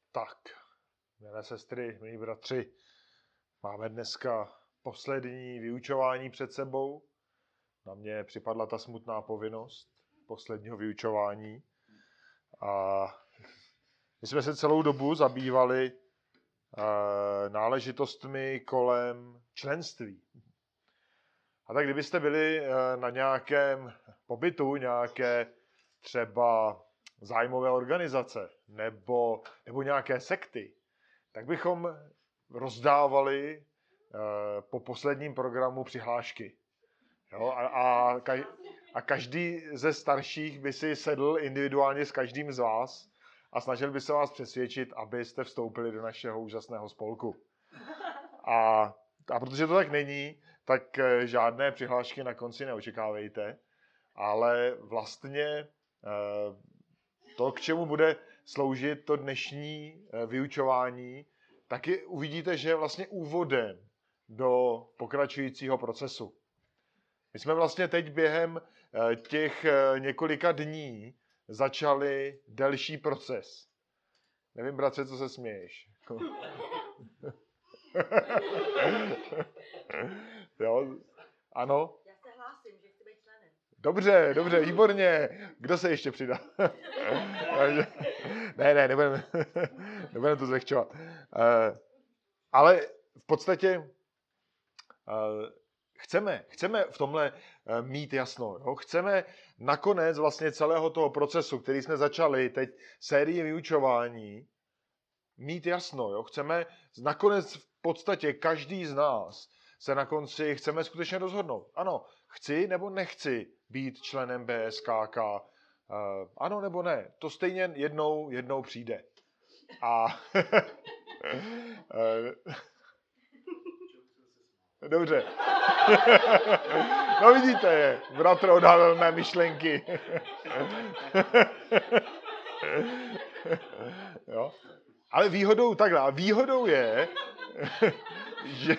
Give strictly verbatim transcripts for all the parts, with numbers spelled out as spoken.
Tak, milé sestry, milí bratři, máme dneska poslední vyučování před sebou. Na mě připadla ta smutná povinnost posledního vyučování. A my jsme se celou dobu zabývali e, náležitostmi kolem členství. A tak kdybyste byli e, na nějakém pobytu, nějaké třeba zájmové organizace nebo, nebo nějaké sekty, tak bychom rozdávali e, po posledním programu přihlášky. Jo? A, a, ka- a každý ze starších by si sedl individuálně s každým z vás a snažil by se vás přesvědčit, abyste vstoupili do našeho úžasného spolku. A, a protože to tak není, tak žádné přihlášky na konci neočekávejte, ale vlastně to, k čemu bude sloužit to dnešní vyučování, taky uvidíte, že je vlastně úvodem do pokračujícího procesu. My jsme vlastně teď během těch několika dní začali delší proces. Nevím, bratře, co se směješ. Jo, ano? Já se hlásím, že chci být členem. Dobře, dobře, výborně. Kdo se ještě přidá? ne, ne, nebudeme, nebudeme to zlehčovat. Ale v podstatě chceme, chceme v tomhle mít jasno. Jo? Chceme nakonec vlastně celého toho procesu, který jsme začali teď sérii vyučování, mít jasno. Jo? Chceme nakonec v podstatě každý z nás se na konci chceme skutečně rozhodnout. Ano, chci nebo nechci být členem B S K K. Uh, ano nebo ne. To stejně jednou, jednou přijde. A dobře. No vidíte je. Bratr odhalil mé myšlenky. Jo? Ale výhodou takhle. Výhodou je, že,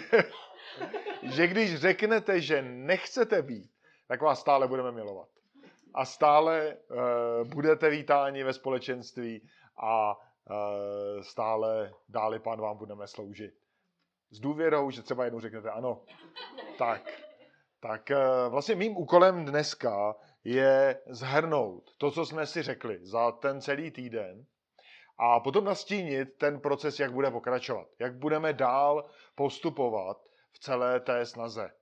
že když řeknete, že nechcete být, tak vás stále budeme milovat. A stále uh, budete vítáni ve společenství a uh, stále dále Pán vám budeme sloužit. S důvěrou, že třeba jednou řeknete ano. Tak, tak uh, vlastně mým úkolem dneska je shrnout to, co jsme si řekli za ten celý týden a potom nastínit ten proces, jak bude pokračovat. Jak budeme dál postupovat v celé té snaze.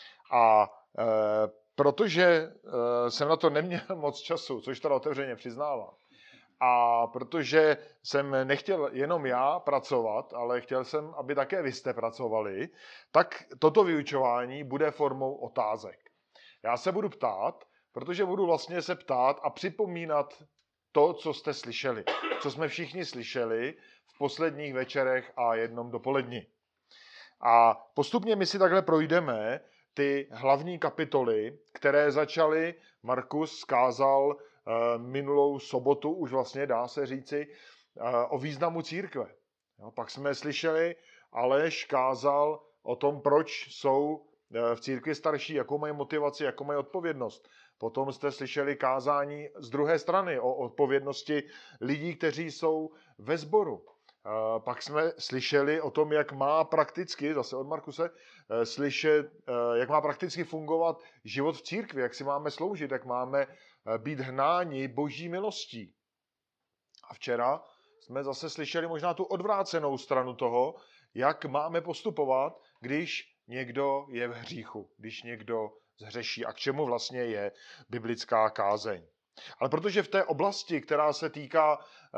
A uh, protože uh, jsem na to neměl moc času, což teda otevřeně přiznávám, a protože jsem nechtěl jenom já pracovat, ale chtěl jsem, aby také vy jste pracovali, tak toto vyučování bude formou otázek. Já se budu ptát, protože budu vlastně se ptát a připomínat to, co jste slyšeli. Co jsme všichni slyšeli v posledních večerech a jednom dopoledni. A postupně my si takhle projdeme ty hlavní kapitoly, které začaly, Markus kázal uh, minulou sobotu, už vlastně dá se říci, uh, o významu církve. Jo, pak jsme slyšeli, Aleš kázal o tom, proč jsou uh, v církvi starší, jakou mají motivaci, jakou mají odpovědnost. Potom jste slyšeli kázání z druhé strany o odpovědnosti lidí, kteří jsou ve sboru. Pak jsme slyšeli o tom, jak má prakticky, zase od Markuse, slyšet, jak má prakticky fungovat život v církvi, jak si máme sloužit, jak máme být hnáni boží milostí. A včera jsme zase slyšeli možná tu odvrácenou stranu toho, jak máme postupovat, když někdo je v hříchu, když někdo zhřeší a k čemu vlastně je biblická kázeň. Ale protože v té oblasti, která se týká e,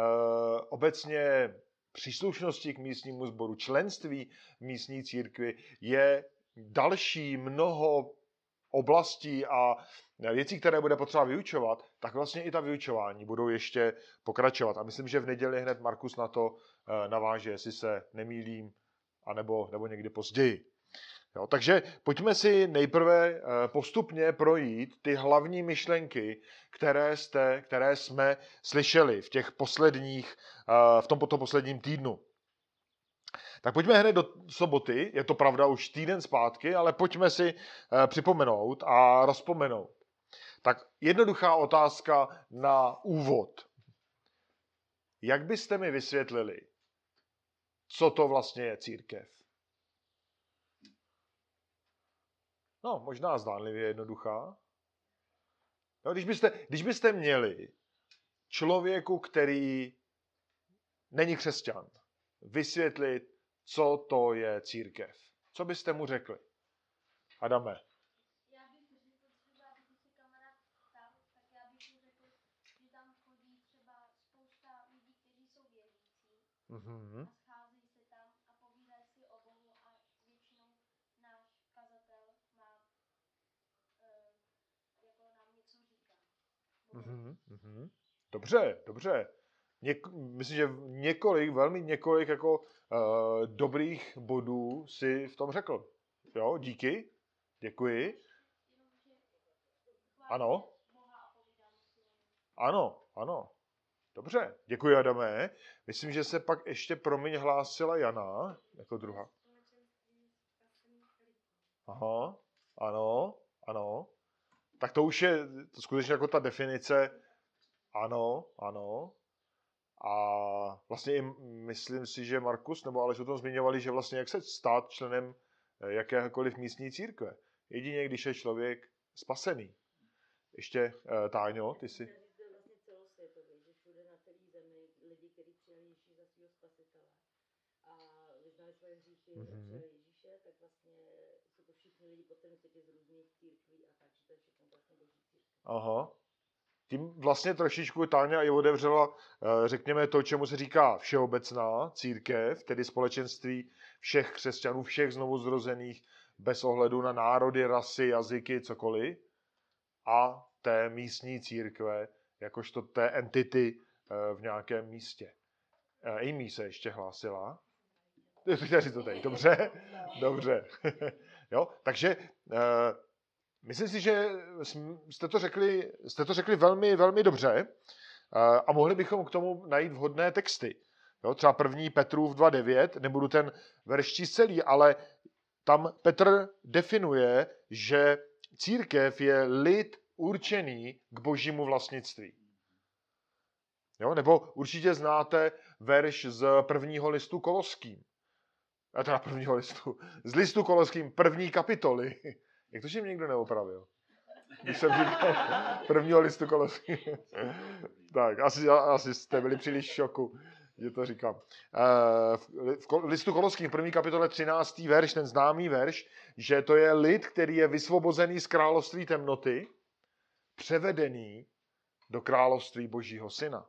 obecně příslušnosti k místnímu sboru, členství v místní církvi, je další mnoho oblastí a věcí, které bude potřeba vyučovat, tak vlastně i ta vyučování budou ještě pokračovat. A myslím, že v neděli hned Markus na to naváže, jestli se nemýlím, anebo, nebo někdy později. Jo, takže pojďme si nejprve postupně projít ty hlavní myšlenky, které, jste, které jsme slyšeli v těch posledních, v tomto posledním týdnu. Tak pojďme hned do soboty, je to pravda už týden zpátky, ale pojďme si připomenout a rozpomenout. Tak jednoduchá otázka na úvod. Jak byste mi vysvětlili, co to vlastně je církev. No, možná zdánlivě jednoduchá. No, když, byste, když byste měli člověku, který není křesťan, vysvětlit, co to je církev, co byste mu řekli? Adame. Já bych řekl třeba, když se kamarád ptal, tak já bych mu řekl, že tam chodí třeba spousta lidí, kteří jsou věřící Mm-hmm. a scházejí se tam a povídají si o Bohu a většinou náš kazatel má uh, jako nám něco říká. Mm-hmm. Mm-hmm. Dobře, dobře. Něk, myslím, že několik, velmi několik jako uh, dobrých bodů si v tom řekl. Jo, díky, děkuji. Ano. Ano, ano. Dobře, děkuji, Adame. Myslím, že se pak ještě promiň hlásila Jana, jako druhá. Aha, ano, ano. Tak to už je to skutečně jako ta definice. Ano, ano. A vlastně i myslím si, že Markus nebo Aleš o tom zmiňovali, že vlastně jak se stát členem jakéhokoliv místní církve. Jedině, když je člověk spasený. Ještě, uh, Táňo, ty si... To je vlastně celosvětový, že všude na celé zemi lidi, kteří přijali Ježíše za svého spasitele a vyznali svoje hříchy mm-hmm. a přijali Ježíše, tak vlastně jsou to všichni lidi po celém světě z různých církví a tak, že to je všechno vlastně boží církve. Aha. Tím vlastně trošičku Táňa i otevřela, řekněme, to, čemu se říká všeobecná církev, tedy společenství všech křesťanů, všech znovuzrozených, bez ohledu na národy, rasy, jazyky, cokoliv. A té místní církve, jakožto té entity v nějakém místě. Amy se ještě hlásila. Chtěli to tady, dobře? Dobře. Jo, takže myslím si, že jste to řekli, jste to řekli velmi, velmi dobře a mohli bychom k tomu najít vhodné texty. Jo, třeba první Petrův dva devět, nebudu ten verš číst celý, ale tam Petr definuje, že církev je lid určený k božímu vlastnictví. Jo, nebo určitě znáte verš z prvního listu Koloským. A teda prvního listu. Z listu Koloským první kapitoly. Jak to, že mě někdo neopravil? Když jsem říkal prvního listu Koloským. Tak, asi, asi jste byli příliš v šoku, že to říkám. V listu Koloským první kapitole třináctý verš, ten známý verš, že to je lid, který je vysvobozený z království temnoty, převedený do království Božího syna.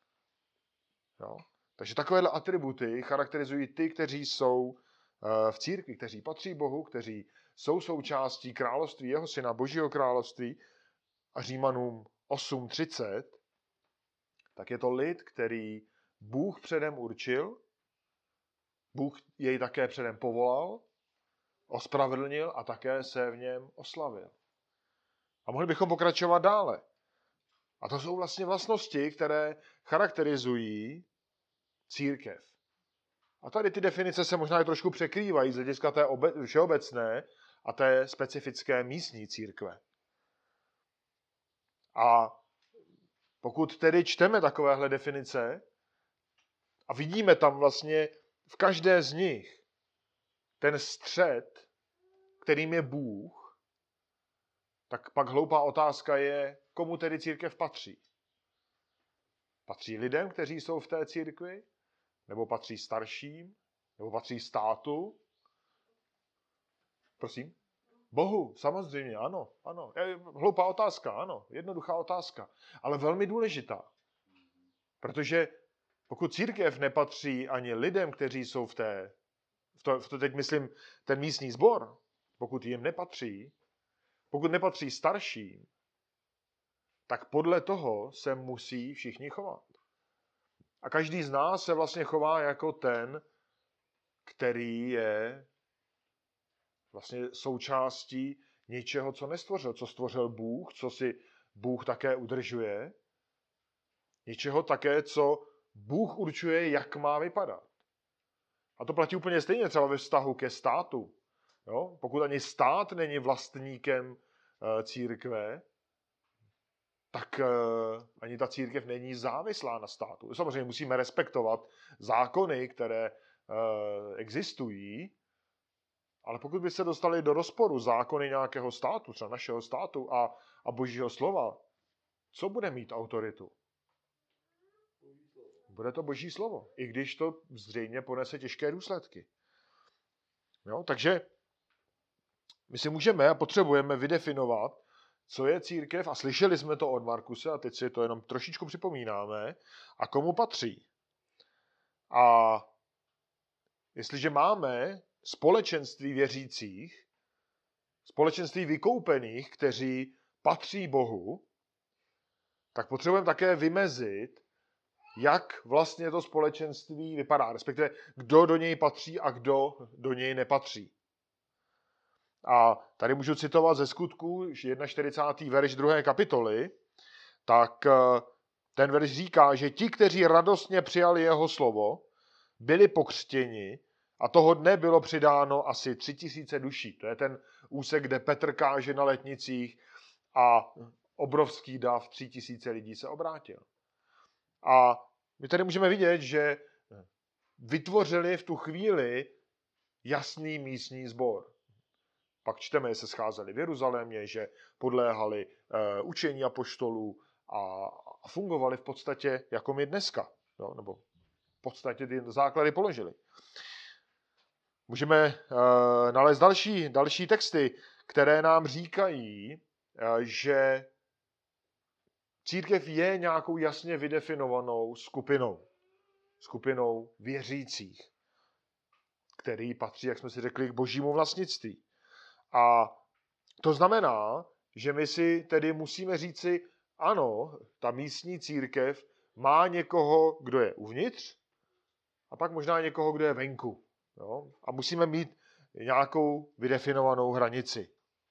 Jo? Takže takovéhle atributy charakterizují ty, kteří jsou v církvi, kteří patří Bohu, kteří jsou součástí království jeho syna, Božího království. A Římanům osm třicet, tak je to lid, který Bůh předem určil, Bůh jej také předem povolal, ospravedlnil a také se v něm oslavil. A mohli bychom pokračovat dále. A to jsou vlastně vlastnosti, které charakterizují církev. A tady ty definice se možná i trošku překrývají z hlediska té obe- všeobecné a té specifické místní církve. A pokud tedy čteme takovéhle definice a vidíme tam vlastně v každé z nich ten střed, kterým je Bůh, tak pak hloupá otázka je, komu tedy církev patří. Patří lidem, kteří jsou v té církvi? Nebo patří starším? Nebo patří státu? Prosím? Bohu, samozřejmě, ano, ano. Hloupá otázka, ano, jednoduchá otázka, ale velmi důležitá. Protože pokud církev nepatří ani lidem, kteří jsou v té, v to, v to teď myslím ten místní sbor, pokud jim nepatří, pokud nepatří starším, tak podle toho se musí všichni chovat. A každý z nás se vlastně chová jako ten, který je vlastně součástí něčeho, co nestvořil, co stvořil Bůh, co si Bůh také udržuje, něčeho také, co Bůh určuje, jak má vypadat. A to platí úplně stejně třeba ve vztahu ke státu. Jo? Pokud ani stát není vlastníkem uh, církve, tak uh, ani ta církev není závislá na státu. Samozřejmě musíme respektovat zákony, které existují, ale pokud by se dostali do rozporu zákony nějakého státu, třeba našeho státu a, a božího slova, co bude mít autoritu? Bude to boží slovo, i když to zřejmě ponese těžké důsledky. Jo? Takže my si můžeme a potřebujeme vydefinovat, co je církev, a slyšeli jsme to od Markuse, a teď si to jenom trošičku připomínáme, a komu patří. A jestliže máme společenství věřících, společenství vykoupených, kteří patří Bohu, tak potřebujeme také vymezit, jak vlastně to společenství vypadá, respektive kdo do něj patří a kdo do něj nepatří. A tady můžu citovat ze Skutků čtyřicátý první verš druhé kapitoly, tak ten verš říká, že ti, kteří radostně přijali jeho slovo, byli pokřtěni a toho dne bylo přidáno asi tři tisíce duší. To je ten úsek, kde Petr káže na letnicích a obrovský dav tři tisíce lidí se obrátil. A my tady můžeme vidět, že vytvořili v tu chvíli jasný místní sbor. Pak čteme, že se scházeli v Jeruzalémě, že podléhali e, učení apoštolů a, a fungovali v podstatě jako my dneska. Jo? Nebo v podstatě ty základy položili. Můžeme e, nalézt další, další texty, které nám říkají, e, že církev je nějakou jasně vydefinovanou skupinou. Skupinou věřících, který patří, jak jsme si řekli, k božímu vlastnictví. A to znamená, že my si tedy musíme říci, ano, ta místní církev má někoho, kdo je uvnitř, a pak možná někoho, kdo je venku. Jo? A musíme mít nějakou vydefinovanou hranici.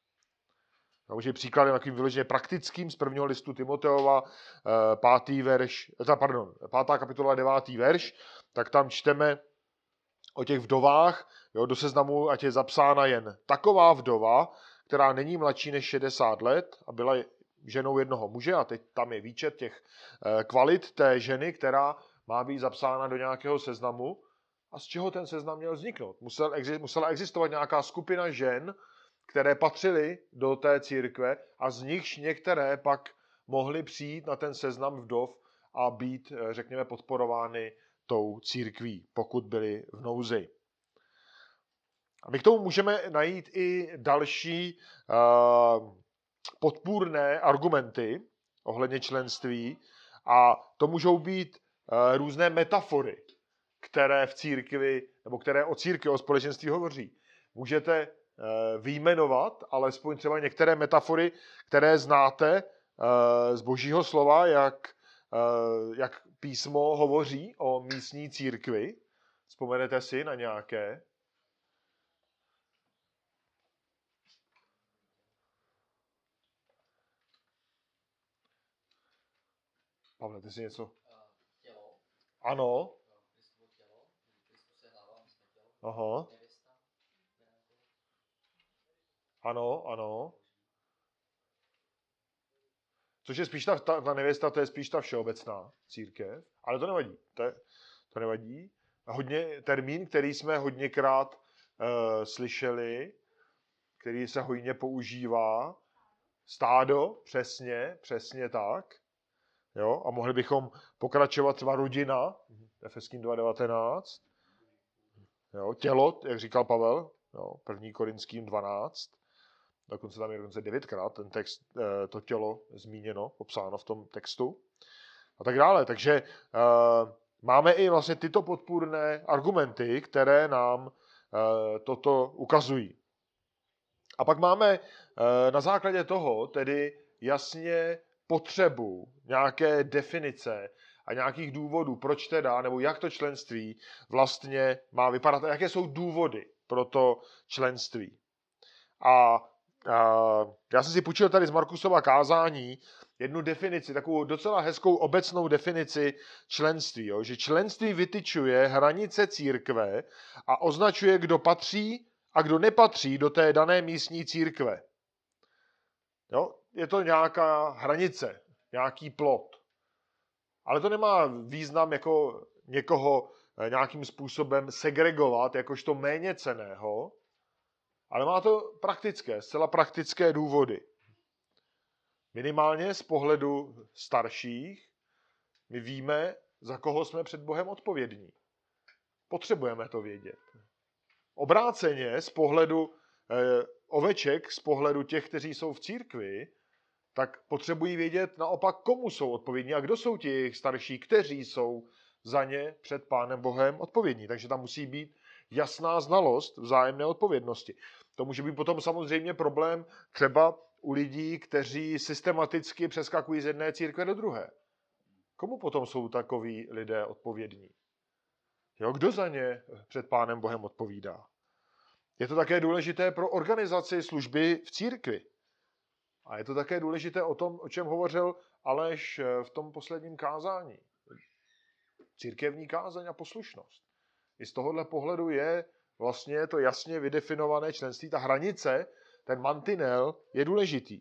Takže příkladem takovým vyloženě praktickým z prvního listu Timoteova, pátý verš, pardon, pátá kapitola, devátý verš, tak tam čteme o těch vdovách, jo, do seznamu, ať je zapsána jen taková vdova, která není mladší než šedesát let a byla ženou jednoho muže, a teď tam je výčet těch kvalit té ženy, která má být zapsána do nějakého seznamu. A z čeho ten seznam měl vzniknout? Musel, musela existovat nějaká skupina žen, které patřily do té církve a z nichž některé pak mohly přijít na ten seznam vdov a být, řekněme, podporovány tou církví, pokud byly v nouzi. A my k tomu můžeme najít i další uh, podpůrné argumenty ohledně členství, a to můžou být uh, různé metafory, které v církvi, nebo které o církvi, o společenství hovoří. Můžete uh, vyjmenovat alespoň třeba některé metafory, které znáte uh, z Božího slova, jak, uh, jak písmo hovoří o místní církvi. Vzpomenete si na nějaké? Pavle, ty jsi něco? Tělo. Ano. Kristovo tělo. Kristus je hlava, my jsme tělo. Aha. Nevěsta. Ano, ano. Což je spíš ta, ta, ta nevěsta, to je spíš ta všeobecná církev. Ale to nevadí. To, je, to nevadí. Hodně, termín, který jsme hodněkrát uh, slyšeli, který se hojně používá. Stádo, přesně, přesně tak. Jo? A mohli bychom pokračovat třeba rodina, Efeským dva devatenáct. Jo? Tělo, jak říkal Pavel, jo? první Korinským dvanáct. Dokonce tam je dokonce devětkrát ten text, to tělo zmíněno, popsáno v tom textu. A tak dále. Takže uh, máme i vlastně tyto podpůrné argumenty, které nám uh, toto ukazují. A pak máme uh, na základě toho tedy jasně potřebu nějaké definice a nějakých důvodů, proč teda, nebo jak to členství vlastně má vypadat a jaké jsou důvody pro to členství. A Uh, já jsem si půjčil tady z Markusova kázání jednu definici, takovou docela hezkou obecnou definici členství. Jo? Že členství vytyčuje hranice církve a označuje, kdo patří a kdo nepatří do té dané místní církve. Jo? Je to nějaká hranice, nějaký plot. Ale to nemá význam jako někoho nějakým způsobem segregovat jakožto méně cenného, ale má to praktické, zcela praktické důvody. Minimálně z pohledu starších my víme, za koho jsme před Bohem odpovědní. Potřebujeme to vědět. Obráceně z pohledu eh, oveček, z pohledu těch, kteří jsou v církvi, tak potřebují vědět naopak, komu jsou odpovědní a kdo jsou ti jejich starší, kteří jsou za ně před Pánem Bohem odpovědní. Takže tam musí být jasná znalost vzájemné odpovědnosti. To může být potom samozřejmě problém třeba u lidí, kteří systematicky přeskakují z jedné církve do druhé. Komu potom jsou takoví lidé odpovědní? Jo, kdo za ně před Pánem Bohem odpovídá? Je to také důležité pro organizaci služby v církvi. A je to také důležité o tom, o čem hovořil Aleš v tom posledním kázání. Církevní kázeň a poslušnost. I z tohohle pohledu je vlastně to jasně vydefinované členství. Ta hranice, ten mantinel je důležitý.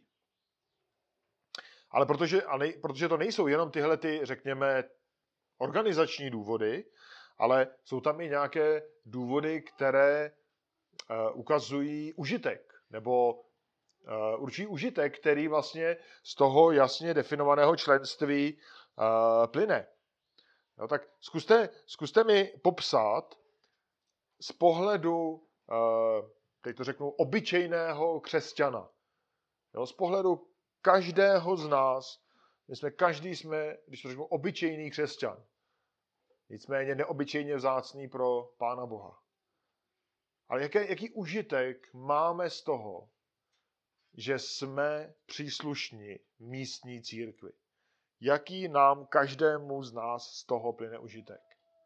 Ale protože, ale protože to nejsou jenom tyhle, ty, řekněme, organizační důvody, ale jsou tam i nějaké důvody, které uh, ukazují užitek, nebo uh, určitý užitek, který vlastně z toho jasně definovaného členství uh, plyne. No, tak zkuste, zkuste mi popsat z pohledu, uh, teď to řeknu, obyčejného křesťana. Jo, z pohledu každého z nás, my jsme, každý jsme, když to řeknu, obyčejný křesťan. Nicméně neobyčejně vzácný pro Pána Boha. Ale jaký, jaký užitek máme z toho, že jsme příslušní místní církvi? Jaký nám každému z nás z toho plyne užitek?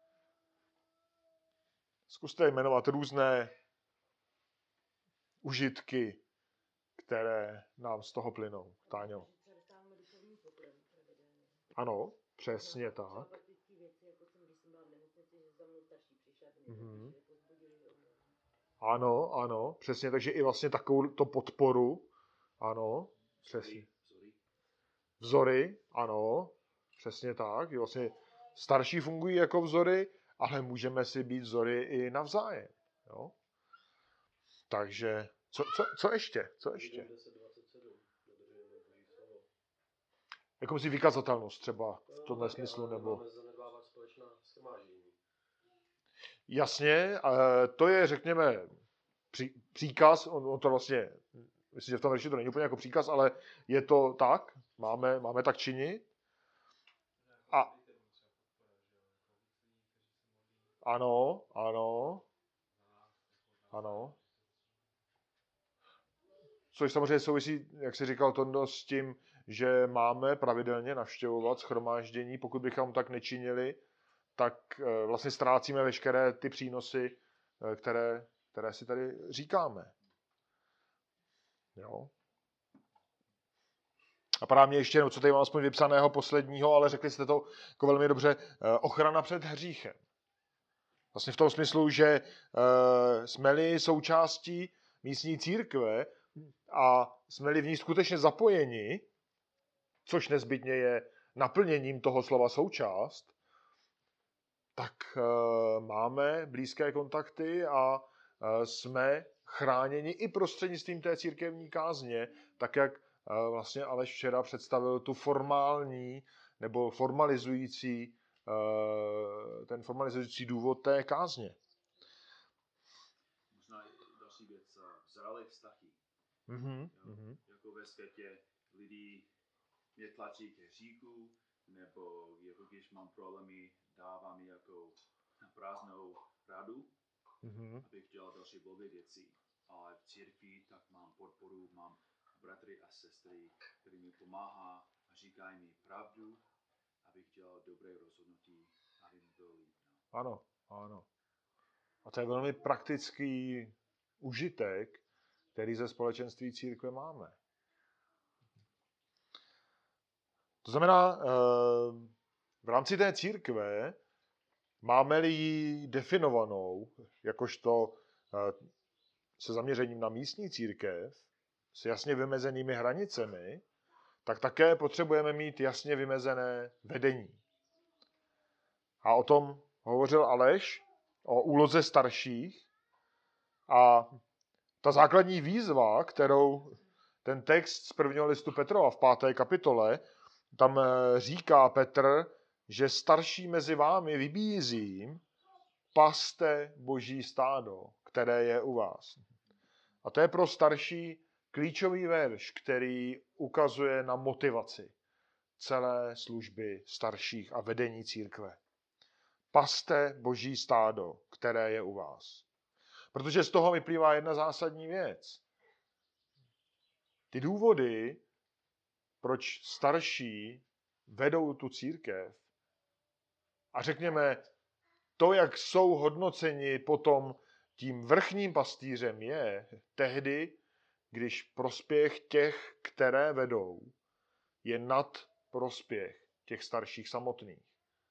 Zkuste jmenovat různé užitky, které nám z toho plynou. Táňo. Ano, přesně tak. Mm-hmm. Ano, ano, přesně, takže i vlastně takovou to podporu, ano, přesně. Vzory, ano, přesně tak. Vlastně starší fungují jako vzory, ale můžeme si být vzory i navzájem. Jo? Takže, co, co, co ještě? Co ještě? Jako si vykazatelnost třeba v tomhle smyslu, nebo... Jasně, to je, řekněme, pří, příkaz, on, on to vlastně, myslím, že v tom verši to není úplně jako příkaz, ale je to tak, máme, máme tak činit. A ano, ano, ano. Což samozřejmě souvisí, jak jsi říkal, Tondo, s tím, že máme pravidelně navštěvovat shromáždění. Pokud bychom tak nečinili, tak vlastně ztrácíme veškeré ty přínosy, které, které si tady říkáme. Jo. A právě mě ještě, no, co tady mám aspoň vypsaného posledního, ale řekli jste to jako velmi dobře, ochrana před hříchem. Vlastně v tom smyslu, že uh, jsme-li součástí místní církve a jsme-li v ní skutečně zapojeni, což nezbytně je naplněním toho slova součást, tak uh, máme blízké kontakty a uh, jsme chráněni i prostřednictvím té církevní kázně, tak jak uh, vlastně Aleš včera představil tu formální nebo formalizující uh, ten formalizující důvod té kázně. Možná další věc, zralé vztahy. Mm-hmm. Jo, jako ve světě lidí mě tlačí k hříchu, nebo jako když mám problémy, dává mi jako prázdnou radu, mm-hmm. abych dělal další blbé věci. Ale v církvi tak mám podporu, mám bratry a sestry, kteří mi pomáhá a říkají mi pravdu, abych dělal dobré rozhodnutí, aby mi bylo líp. Ano, ano. A to je velmi praktický užitek, který ze společenství církve máme. To znamená, v rámci té církve máme-li ji definovanou, jakožto se zaměřením na místní církev, s jasně vymezenými hranicemi, tak také potřebujeme mít jasně vymezené vedení. A o tom hovořil Aleš o úloze starších a ta základní výzva, kterou ten text z prvního listu Petrova v páté kapitole, tam říká Petr, že starší mezi vámi vybízím, paste boží stádo, které je u vás. A to je pro starší klíčový verš, který ukazuje na motivaci celé služby starších a vedení církve. Paste boží stádo, které je u vás. Protože z toho vyplývá jedna zásadní věc. Ty důvody, proč starší vedou tu církev a řekněme, to, jak jsou hodnoceni potom tím vrchním pastýřem, je tehdy, když prospěch těch, které vedou, je nad prospěch těch starších samotných.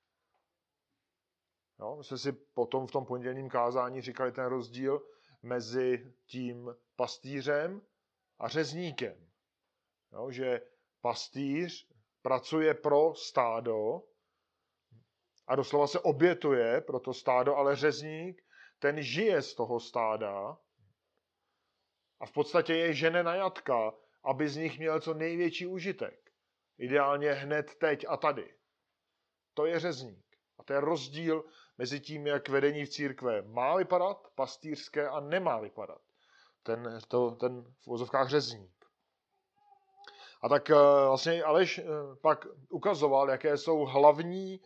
Jo, my jsme si potom v tom pondělním kázání říkali ten rozdíl mezi tím pastýřem a řezníkem. Jo, že pastýř pracuje pro stádo a doslova se obětuje pro to stádo, ale řezník, ten žije z toho stáda a v podstatě je žene na jatka, aby z nich měl co největší užitek. Ideálně hned teď a tady. To je řezník. A to je rozdíl mezi tím, jak vedení v církve má vypadat, pastýřské, a nemá vypadat. Ten, to, ten v uvozovkách řezník. A tak vlastně Aleš pak ukazoval, jaké jsou hlavní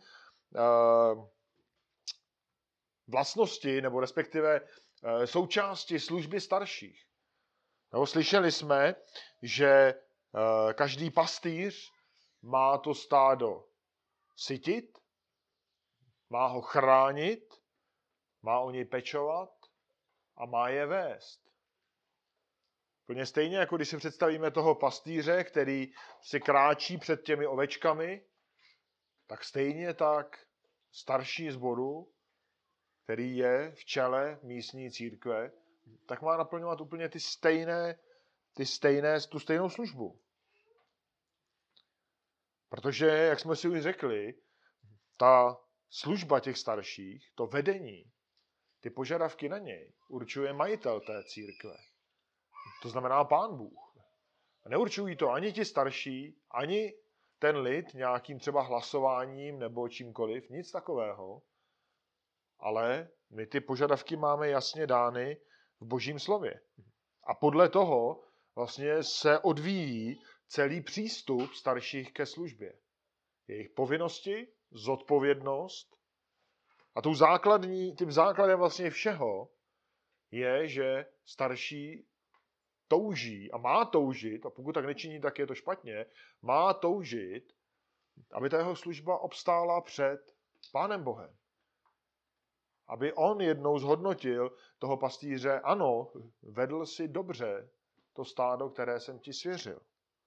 vlastnosti, nebo respektive součásti služby starších. Nebo slyšeli jsme, že každý pastýř má to stádo sytit, má ho chránit, má o něj pečovat a má je vést. Plně stejně, jako když si představíme toho pastýře, který si kráčí před těmi ovečkami, tak stejně tak starší sboru, který je v čele místní církve, tak má naplňovat úplně ty stejné, ty stejné, tu stejnou službu. Protože, jak jsme si už řekli, ta služba těch starších, to vedení, ty požadavky na něj určuje majitel té církve. To znamená Pán Bůh. A neurčují to ani ti starší, ani ten lid nějakým třeba hlasováním nebo čímkoliv, nic takového. Ale my ty požadavky máme jasně dány v Božím slově. A podle toho vlastně se odvíjí celý přístup starších ke službě. Jejich povinnosti, zodpovědnost. A tou základní, tím základem vlastně všeho je, že starší touží a má toužit, a pokud tak nečiní, tak je to špatně, má toužit, aby ta jeho služba obstála před Pánem Bohem. Aby on jednou zhodnotil toho pastýře, ano, vedl si dobře to stádo, které jsem ti svěřil.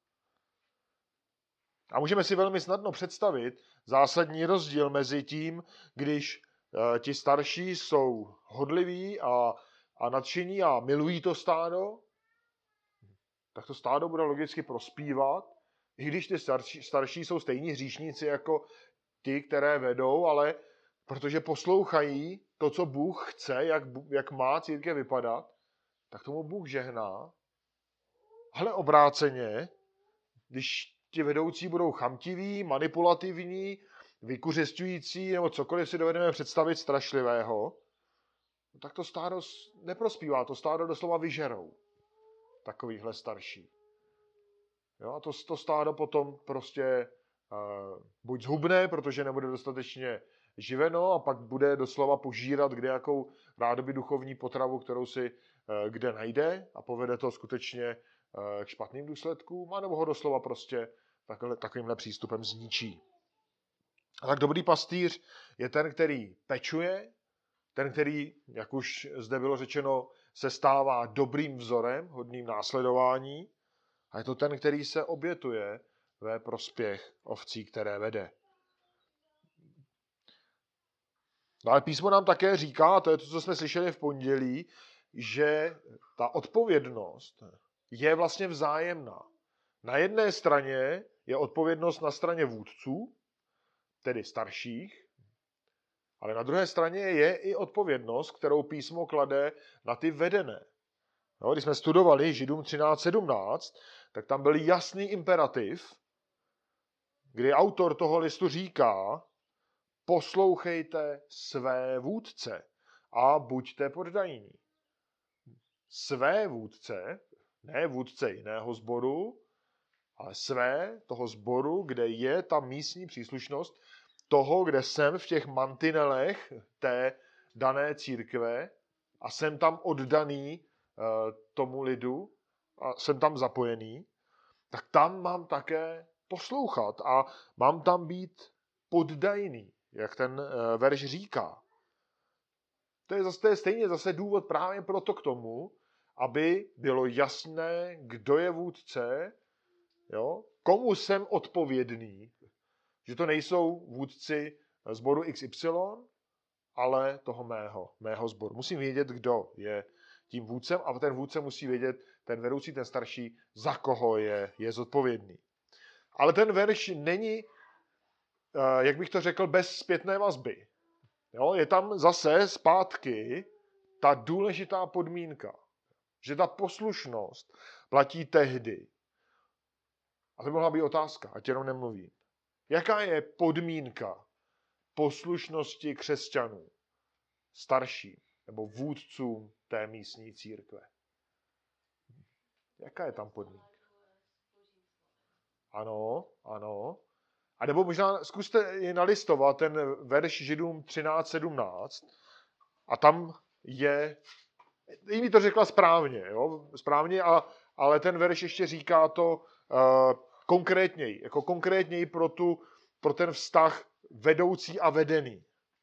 A můžeme si velmi snadno představit zásadní rozdíl mezi tím, když e, ti starší jsou hodliví a, a nadšení a milují to stádo, tak to stádo bude logicky prospívat, i když ty starší, starší jsou stejní hříšníci jako ti, které vedou, ale protože poslouchají to, co Bůh chce, jak, jak má církev vypadat, tak tomu Bůh žehná. Ale obráceně, když ti vedoucí budou chamtiví, manipulativní, vykuřisťující nebo cokoliv si dovedeme představit strašlivého, tak to stádo neprospívá, to stádo doslova vyžerou. Takovýchhle starší. Jo, a to, to stádo potom prostě uh, buď zhubne, protože nebude dostatečně živeno, a pak bude doslova požírat kdejakou rádoby duchovní potravu, kterou si uh, kde najde, a povede to skutečně uh, k špatným důsledkům, anebo ho doslova prostě takhle, takovýmhle přístupem zničí. A tak dobrý pastýř je ten, který pečuje, ten, který, jak už zde bylo řečeno, se stává dobrým vzorem, hodným následování, a je to ten, který se obětuje ve prospěch ovcí, které vede. No ale písmo nám také říká, a to je to, co jsme slyšeli v pondělí, že ta odpovědnost je vlastně vzájemná. Na jedné straně je odpovědnost na straně vůdců, tedy starších, Ale na druhé straně je i odpovědnost, kterou písmo klade na ty vedené. No, když jsme studovali Židům třináct sedmnáct, tak tam byl jasný imperativ, kdy autor toho listu říká, poslouchejte své vůdce a buďte poddajní. Své vůdce, ne vůdce jiného sboru, ale své toho sboru, kde je ta místní příslušnost toho, kde jsem v těch mantinelech té dané církve a jsem tam oddaný uh, tomu lidu a jsem tam zapojený, tak tam mám také poslouchat a mám tam být poddajný, jak ten uh, verš říká. To je, zase, to je stejně zase důvod právě proto k tomu, aby bylo jasné, kdo je vůdce, jo? Komu jsem odpovědný, že to nejsou vůdci sboru X Y, ale toho mého, mého sboru. Musím vědět, kdo je tím vůdcem a ten vůdce musí vědět, ten vedoucí, ten starší, za koho je, je zodpovědný. Ale ten verš není, jak bych to řekl, bez zpětné vazby. Jo? Je tam zase zpátky ta důležitá podmínka, že ta poslušnost platí tehdy. A to mohla být otázka, ať jenom nemluvím. Jaká je podmínka poslušnosti křesťanů, starším nebo vůdcům té místní církve? Jaká je tam podmínka? Ano, ano. A nebo možná zkuste je nalistovat ten verš Židům třináct sedmnáct a tam je, Amy to řekla správně, jo? Správně, a, ale ten verš ještě říká to uh, konkrétněji, jako konkrétněji pro, tu, pro ten vztah vedoucí a vedený.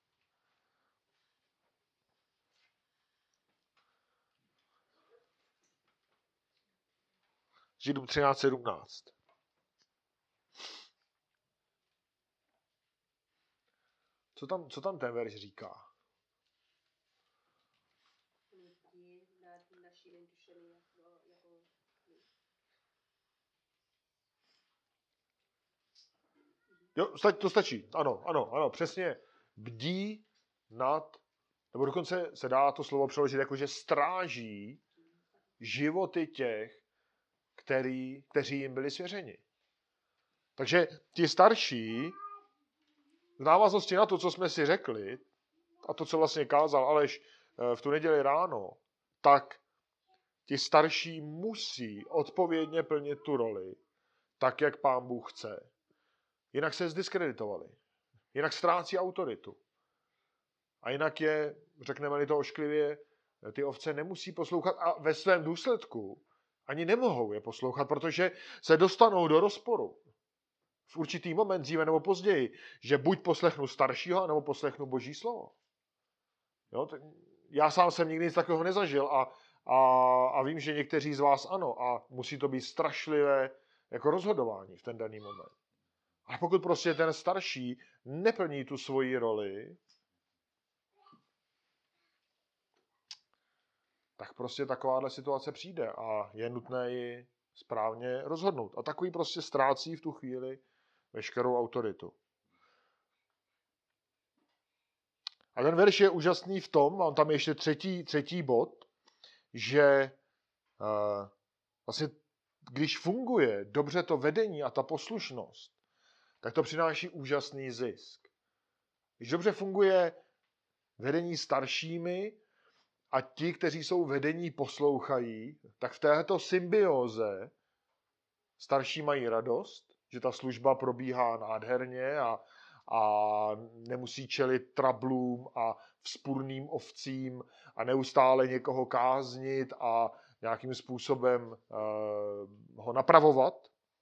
Židům třináct sedmnáct. Co tam, co tam ten verš říká? Jo, to stačí. Ano, ano, ano, přesně. Bdí nad, nebo dokonce se dá to slovo přeložit jako, že stráží životy těch, který, kteří jim byli svěřeni. Takže ti starší, v návaznosti na to, co jsme si řekli, a to, co vlastně kázal Aleš v tu neděli ráno, tak ti starší musí odpovědně plnit tu roli, tak, jak Pán Bůh chce. Jinak se zdiskreditovali. Jinak ztrácí autoritu. A jinak je, řekneme-li to ošklivě, ty ovce nemusí poslouchat a ve svém důsledku ani nemohou je poslouchat, protože se dostanou do rozporu. V určitý moment, dříve nebo později, že buď poslechnu staršího, nebo poslechnu Boží slovo. Jo, tak já sám jsem nikdy nic takového nezažil a, a, a vím, že někteří z vás ano a musí to být strašlivé jako rozhodování v ten daný moment. A pokud prostě ten starší neplní tu svoji roli, tak prostě takováhle situace přijde a je nutné ji správně rozhodnout. A takový prostě ztrácí v tu chvíli veškerou autoritu. A ten verš je úžasný v tom, mám tam ještě třetí, třetí bod, že uh, vlastně když funguje dobře to vedení a ta poslušnost, tak to přináší úžasný zisk. Když dobře funguje vedení staršími a ti, kteří jsou vedení, poslouchají, tak v této symbióze starší mají radost, že ta služba probíhá nádherně a, a nemusí čelit trablům a vzpůrným ovcím a neustále někoho káznit a nějakým způsobem uh, ho napravovat.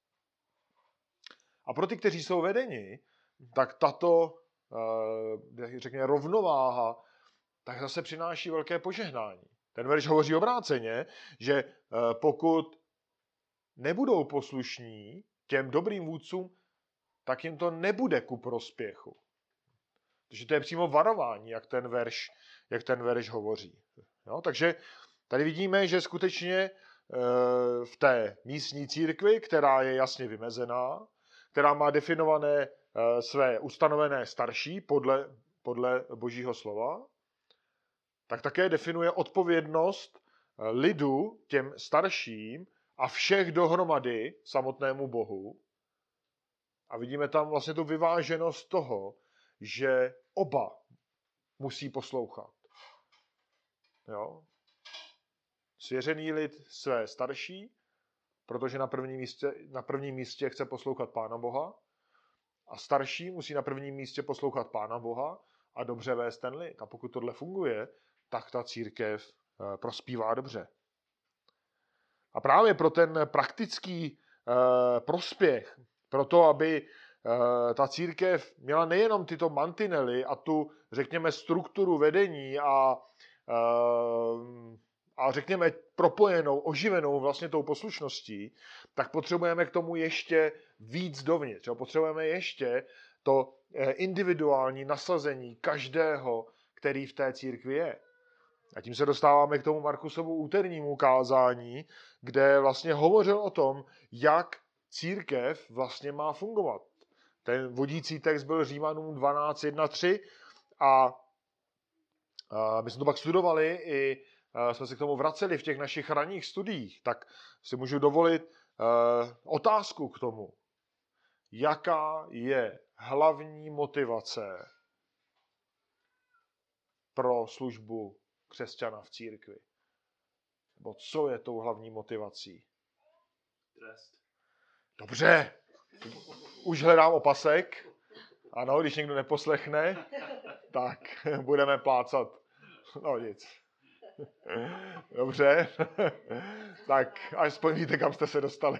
A pro ty, kteří jsou vedeni, tak tato, řekněme, rovnováha, tak zase přináší velké požehnání. Ten verš hovoří obráceně, že pokud nebudou poslušní těm dobrým vůdcům, tak jim to nebude ku prospěchu. Takže to je přímo varování, jak ten verš, jak ten verš hovoří. Jo? Takže tady vidíme, že skutečně v té místní církvi, která je jasně vymezená, která má definované své ustanovené starší podle podle Božího slova, tak také definuje odpovědnost lidu, těm starším a všech dohromady samotnému Bohu. A vidíme tam vlastně tu vyváženost toho, že oba musí poslouchat. Jo? Svěřený lid své starší, protože na prvním místě, na prvním místě chce poslouchat Pána Boha, a starší musí na prvním místě poslouchat Pána Boha a dobře vést ten lid. A pokud tohle funguje, tak ta církev prospívá dobře. A právě pro ten praktický eh, prospěch, pro to, aby eh, ta církev měla nejenom tyto mantinely a tu, řekněme, strukturu vedení a, eh, a řekněme, propojenou, oživenou vlastně tou poslušností, tak potřebujeme k tomu ještě víc dovnitř. Jo? Potřebujeme ještě to eh, individuální nasazení každého, který v té církvi je. A tím se dostáváme k tomu Markusovu úternímu kázání, kde vlastně hovořil o tom, jak církev vlastně má fungovat. Ten vodící text byl Římanům dvanáct jedna tři a, a my jsme to pak studovali i a jsme se k tomu vraceli v těch našich ranních studiích, tak si můžu dovolit uh, otázku k tomu. Jaká je hlavní motivace pro službu křesťana v církvi? Nebo co je tou hlavní motivací? Trest. Dobře, už hledám opasek. Ano, když někdo neposlechne, tak budeme plácat. No nic. Dobře, tak aspoň víte, kam jste se dostali.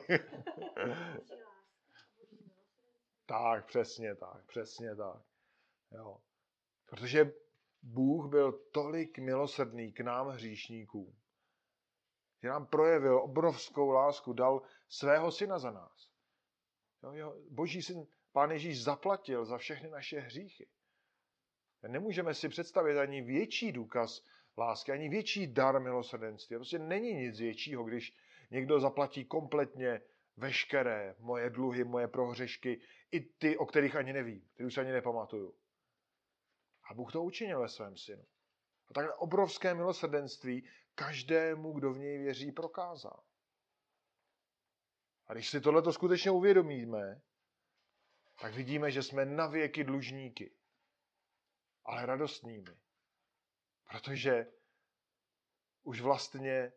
Tak, přesně tak, přesně tak. Jo. Protože Bůh byl tolik milosrdný k nám hříšníkům, že nám projevil obrovskou lásku, dal svého syna za nás. Jo, jo, Boží syn, Pán Ježíš zaplatil za všechny naše hříchy. Nemůžeme si představit ani větší důkaz lásky, ani větší dar milosrdenství. Prostě není nic většího, když někdo zaplatí kompletně veškeré moje dluhy, moje prohřešky, i ty, o kterých ani nevím, který už ani nepamatuju. A Bůh to učinil ve svém synu. A takhle obrovské milosrdenství každému, kdo v něj věří, prokázal. A když si tohleto skutečně uvědomíme, tak vidíme, že jsme navěky dlužníky, ale radostnými. Protože už vlastně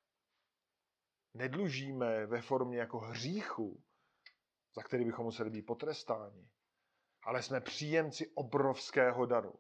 nedlužíme ve formě jako hříchu, za který bychom museli být potrestáni, ale jsme příjemci obrovského daru.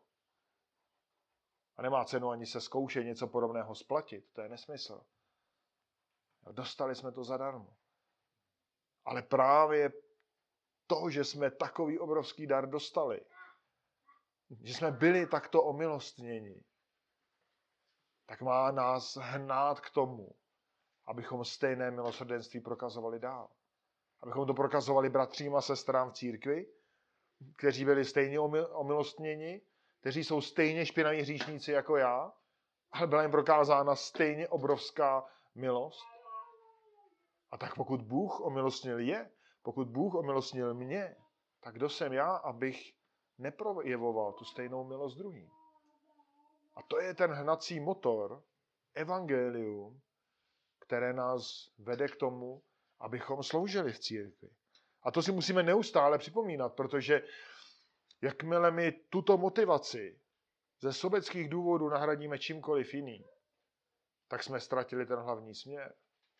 A nemá cenu ani se zkoušet něco podobného splatit. To je nesmysl. Dostali jsme to zadarmo. Ale právě to, že jsme takový obrovský dar dostali, že jsme byli takto omilostněni, tak má nás hnát k tomu, abychom stejné milosrdenství prokazovali dál. Abychom to prokazovali bratřím a sestrám v církvi, kteří byli stejně omilostněni, kteří jsou stejně špinaví hříšníci jako já, ale byla jim prokázána stejně obrovská milost. A tak pokud Bůh omilostnil je, pokud Bůh omilostnil mě, tak kdo jsem já, abych neprojevoval tu stejnou milost druhým. A to je ten hnací motor, evangelium, které nás vede k tomu, abychom sloužili v církvi. A to si musíme neustále připomínat, protože jakmile my tuto motivaci ze sobeckých důvodů nahradíme čímkoliv jiným, tak jsme ztratili ten hlavní směr.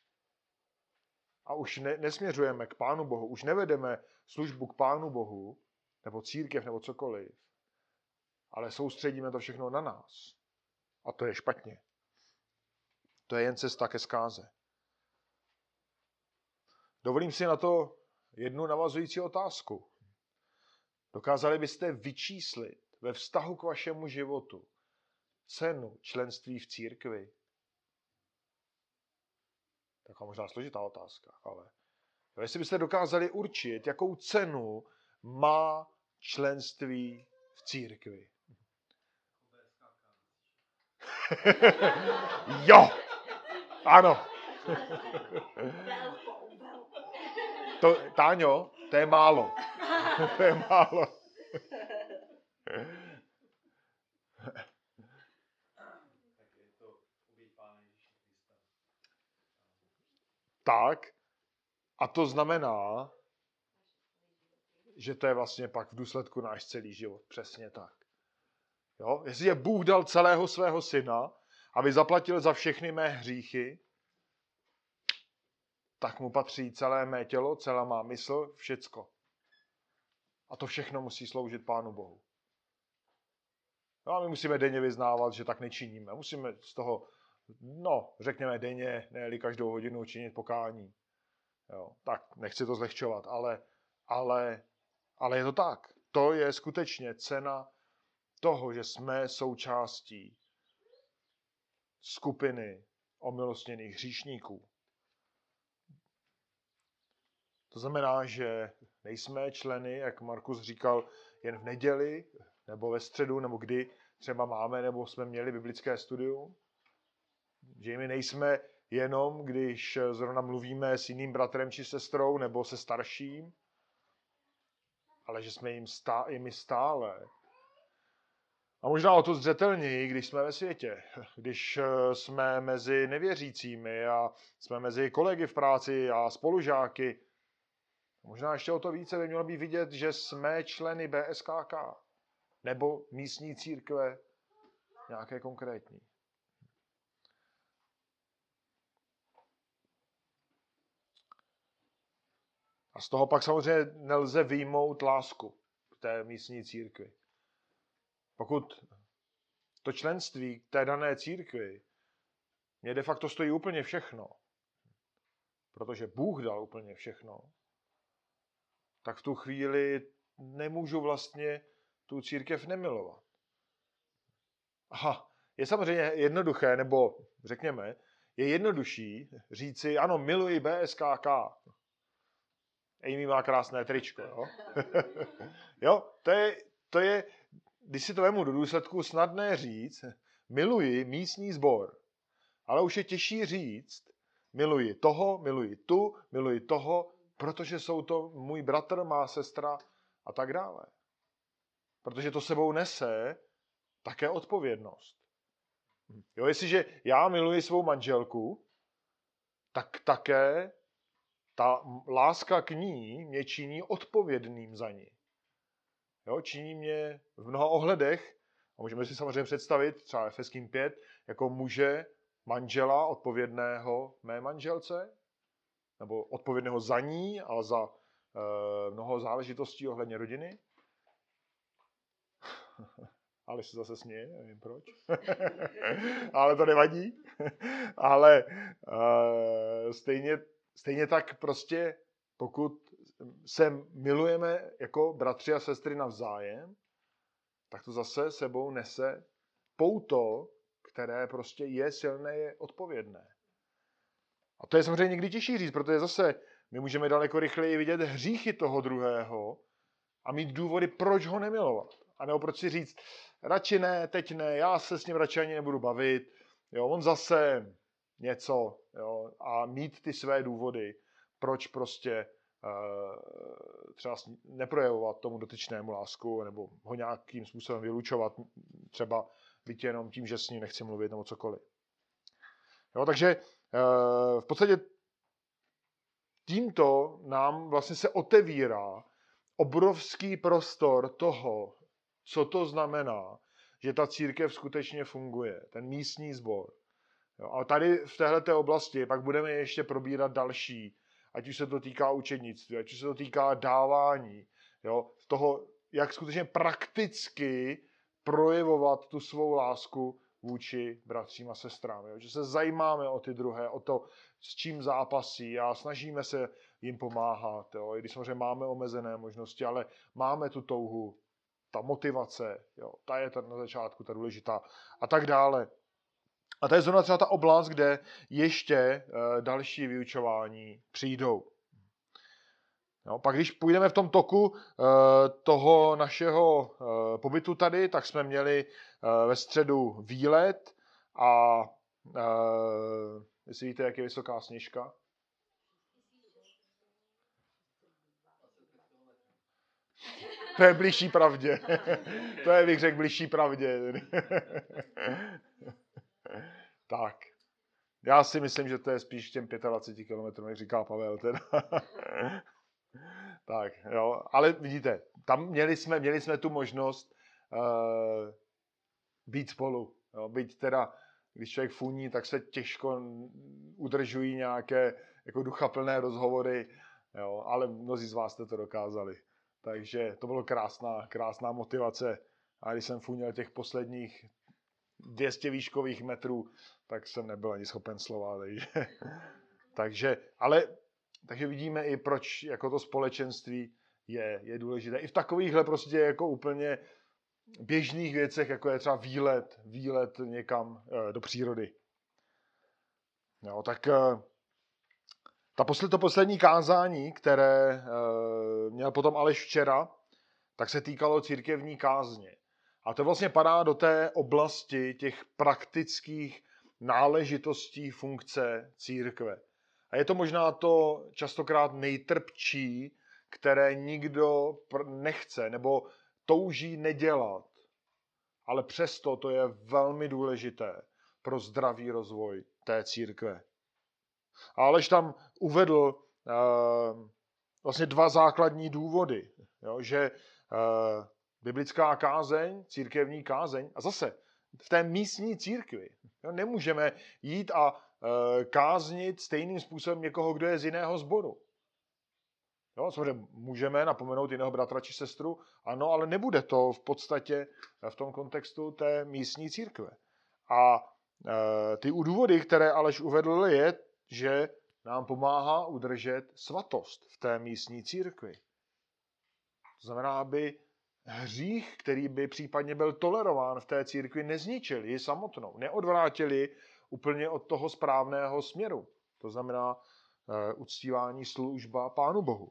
A už ne, nesměřujeme k Pánu Bohu, už nevedeme službu k Pánu Bohu, nebo církev, nebo cokoliv, ale soustředíme to všechno na nás. A to je špatně. To je jen cesta ke zkáze. Dovolím si na to jednu navazující otázku. Dokázali byste vyčíslit ve vztahu k vašemu životu cenu členství v církvi? Taková možná složitá otázka, ale jestli byste dokázali určit, jakou cenu má členství v církvi. Jo! Ano! To, Táňo, to je málo. To je málo. tak. A to znamená, že to je vlastně pak v důsledku náš celý život. Přesně tak. Jo? Jestliže Bůh dal celého svého syna, aby zaplatil za všechny mé hříchy, tak mu patří celé mé tělo, celá má mysl, všecko. A to všechno musí sloužit Pánu Bohu. No a my musíme denně vyznávat, že tak nečiníme. Musíme z toho, no, řekněme denně, ne-li každou hodinu činit pokání. Jo, tak, nechci to zlehčovat, ale, ale, ale je to tak. To je skutečně cena toho, že jsme součástí skupiny omilostněných hříšníků. To znamená, že nejsme členy, jak Markus říkal, jen v neděli, nebo ve středu, nebo kdy třeba máme, nebo jsme měli biblické studium. Že my nejsme jenom, když zrovna mluvíme s jiným bratrem či sestrou, nebo se starším, ale že jsme jim stá, i my stále. A možná o to zřetelněji, když jsme ve světě, když jsme mezi nevěřícími a jsme mezi kolegy v práci a spolužáky. Možná ještě o to více by mělo být vidět, že jsme členy B S K K nebo místní církve nějaké konkrétní. A z toho pak samozřejmě nelze vyjmout lásku k té místní církvi. Pokud to členství k té dané církvi mě de facto stojí úplně všechno, protože Bůh dal úplně všechno, tak v tu chvíli nemůžu vlastně tu církev nemilovat. Aha, je samozřejmě jednoduché, nebo řekněme, je jednodušší říci, ano, miluji B S K K. Amy má krásné tričko, jo? Jo, to je, to je, když si to vemu do důsledku, snadné říct, miluji místní sbor. Ale už je těžší říct, miluji toho, miluji tu, miluji toho, protože jsou to můj bratr, má sestra a tak dále. Protože to sebou nese také odpovědnost. Jo, jestliže já miluji svou manželku, tak také ta láska k ní mě činí odpovědným za ní. Jo, činí mě v mnoha ohledech, a můžeme si samozřejmě představit třeba Efeským pět, jako muže, manžela odpovědného mé manželce, nebo odpovědného za ní a za e, mnoho záležitostí ohledně rodiny. Ale se zase směje, nevím proč. Ale to nevadí. Ale e, stejně, stejně tak prostě, pokud se milujeme jako bratři a sestry navzájem, tak to zase sebou nese pouto, které prostě je silné, je odpovědné. A to je samozřejmě někdy těžší říct, protože zase my můžeme daleko rychleji vidět hříchy toho druhého a mít důvody, proč ho nemilovat. A nebo proč si říct, radši ne, teď ne, já se s ním radši ani nebudu bavit, jo, on zase něco, jo, a mít ty své důvody, proč prostě uh, třeba neprojevovat tomu dotyčnému lásku, nebo ho nějakým způsobem vylučovat, třeba byť jenom tím, že s ním nechci mluvit, nebo cokoliv. Jo, takže uh, v podstatě tímto nám vlastně se otevírá obrovský prostor toho, co to znamená, že ta církev skutečně funguje, ten místní sbor. Jo, a tady v téhleté oblasti pak budeme ještě probírat další, ať už se to týká učednictví, ať už se to týká dávání, jo, toho, jak skutečně prakticky projevovat tu svou lásku vůči bratřím a sestrám. Jo, že se zajímáme o ty druhé, o to, s čím zápasí a snažíme se jim pomáhat. Jo, i když samozřejmě máme omezené možnosti, ale máme tu touhu, ta motivace, jo, ta je na začátku ta důležitá a tak dále. A to je zrovna třeba ta oblast, kde ještě uh, další vyučování přijdou. No, pak když půjdeme v tom toku uh, toho našeho uh, pobytu tady, tak jsme měli uh, ve středu výlet a uh, jestli víte, jak je vysoká Sněžka? To je bližší pravdě. To je, bych řekl, bližší pravdě. Tak. Já si myslím, že to je spíš těm dvaceti pěti kilometrům, jak říká Pavel. Teda. Tak, jo. Ale vidíte, tam měli jsme, měli jsme tu možnost uh, být spolu. Jo. Byť teda, když člověk funí, tak se těžko udržují nějaké jako duchaplné rozhovory, jo. Ale mnozí z vás jste to dokázali. Takže to bylo krásná, krásná motivace. A když jsem funil těch posledních dvě stě výškových metrů, tak jsem nebyl ani schopen slova. Takže, takže, ale, takže vidíme i, proč jako to společenství je, je důležité. I v takovýchhle prostě jako úplně běžných věcech, jako je třeba výlet, výlet někam e, do přírody. Jo, tak e, ta posled, to poslední kázání, které e, měl potom Aleš včera, tak se týkalo církevní kázně. A to vlastně padá do té oblasti těch praktických náležitostí funkce církve. A je to možná to častokrát nejtrpčí, které nikdo nechce nebo touží nedělat. Ale přesto to je velmi důležité pro zdravý rozvoj té církve. A Aleš tam uvedl uh, vlastně dva základní důvody, jo, že uh, biblická kázeň, církevní kázeň, a zase v té místní církvi jo, nemůžeme jít a e, káznit stejným způsobem někoho, kdo je z jiného sboru. Jo, samozřejmě můžeme napomenout jiného bratra či sestru, ano, ale nebude to v podstatě v tom kontextu té místní církve. A e, ty důvody, které Aleš uvedl, je, že nám pomáhá udržet svatost v té místní církvi. To znamená, aby hřích, který by případně byl tolerován v té církvi, nezničil ji samotnou, neodvrátili úplně od toho správného směru. To znamená e, uctívání služba Pánu Bohu.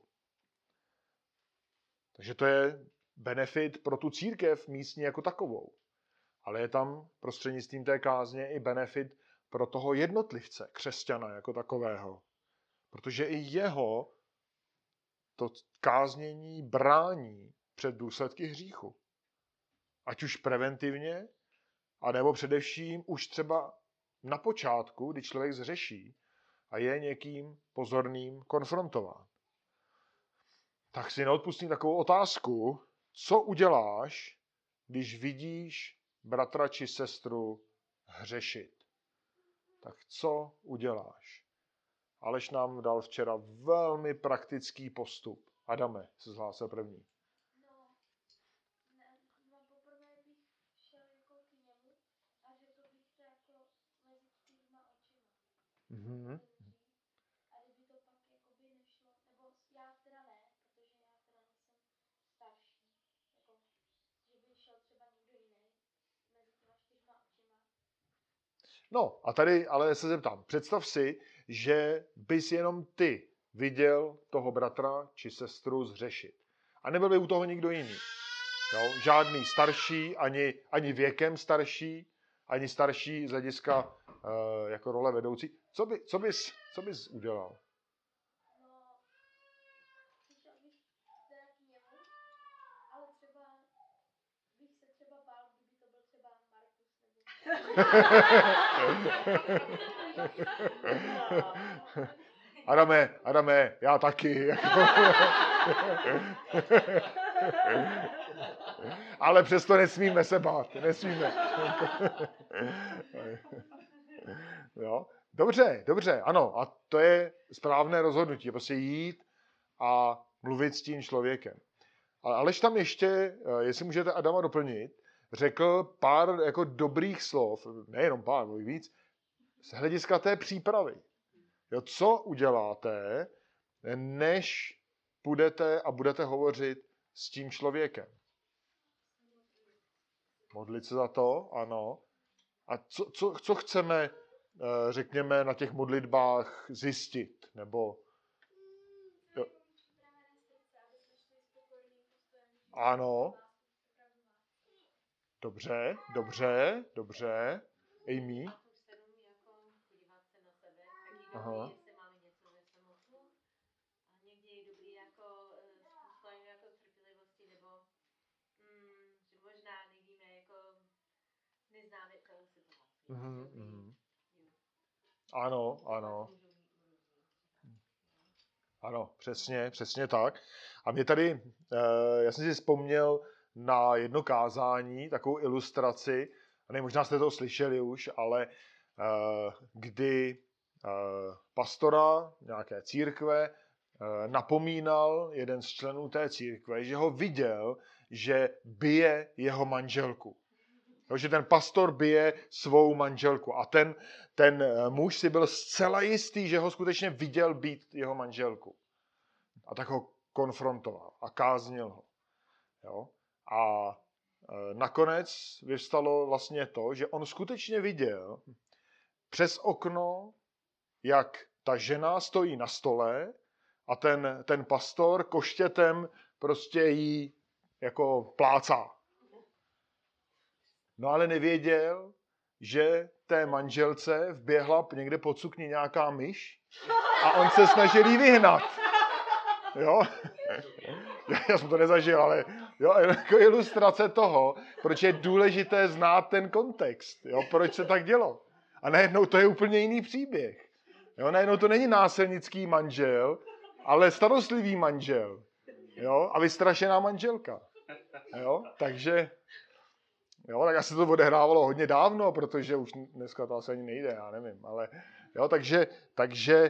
Takže to je benefit pro tu církev místní jako takovou. Ale je tam prostřednictvím té kázně i benefit pro toho jednotlivce, křesťana jako takového. Protože i jeho to káznění brání před důsledky hříchu. Ať už preventivně, anebo především už třeba na počátku, kdy člověk zřeší a je někým pozorným konfrontován. Tak si neodpustím takovou otázku, co uděláš, když vidíš bratra či sestru hřešit. Tak co uděláš? Aleš nám dal včera velmi praktický postup. Adame se zhlásil první. Mm-hmm. A kdyby to pak jakoby nešlo, nebo já teda ne, protože já teda nejsem starší, jako, že by šel třeba někdo jiný mezi těma čtyřma očima. No a tady ale se zeptám, představ si, že bys jenom ty viděl toho bratra či sestru zřešit. A nebyl by u toho nikdo jiný. Jo? Žádný starší, ani, ani věkem starší, ani starší z hlediska uh, jako role vedoucí. Co, by, co, bys, co bys udělal? No, přišel bych teda k němu, ale třeba bych se třeba bál, kdyby to byl třeba Markus nebo... Adame, Adame, já taky. Ale přesto nesmíme se bát, nesmíme. Jo? Dobře, dobře, ano, a to je správné rozhodnutí, prostě jít a mluvit s tím člověkem. Ale Aleš tam ještě, jestli můžete Adama doplnit, řekl pár jako dobrých slov, nejenom pár, ale víc, z hlediska té přípravy. Jo, co uděláte, než půjdete a budete hovořit s tím člověkem? Modlit se za to, ano. A co, co, co chceme, řekněme, na těch modlitbách zjistit? Nebo... Jo. Ano. Dobře, dobře, dobře. Amy? Aha. Mm-hmm. Ano, ano. Ano, přesně, přesně tak. A mě tady, já jsem si vzpomněl na jedno kázání, takovou ilustraci, a ne, možná jste to slyšeli už, ale kdy pastora nějaké církve napomínal jeden z členů té církve, že ho viděl, že bije jeho manželku. No, že ten pastor bije svou manželku a ten, ten muž si byl zcela jistý, že ho skutečně viděl být jeho manželku. A tak ho konfrontoval a káznil ho. Jo? A e, nakonec vyvstalo vlastně to, že on skutečně viděl přes okno, jak ta žena stojí na stole a ten, ten pastor koštětem prostě jí jako plácá. No ale nevěděl, že té manželce vběhla někde pod sukni nějaká myš a on se snažil jí vyhnat. Jo? Já jsem to nezažil, ale jo, jako ilustrace toho, proč je důležité znát ten kontext. Jo? Proč se tak dělo. A najednou to je úplně jiný příběh. Jo? Najednou to není násilnický manžel, ale starostlivý manžel. Jo? A vystrašená manželka. Jo? Takže... Jo, tak asi to odehrávalo hodně dávno, protože už dneska to asi ani nejde, já nevím, ale jo, takže, takže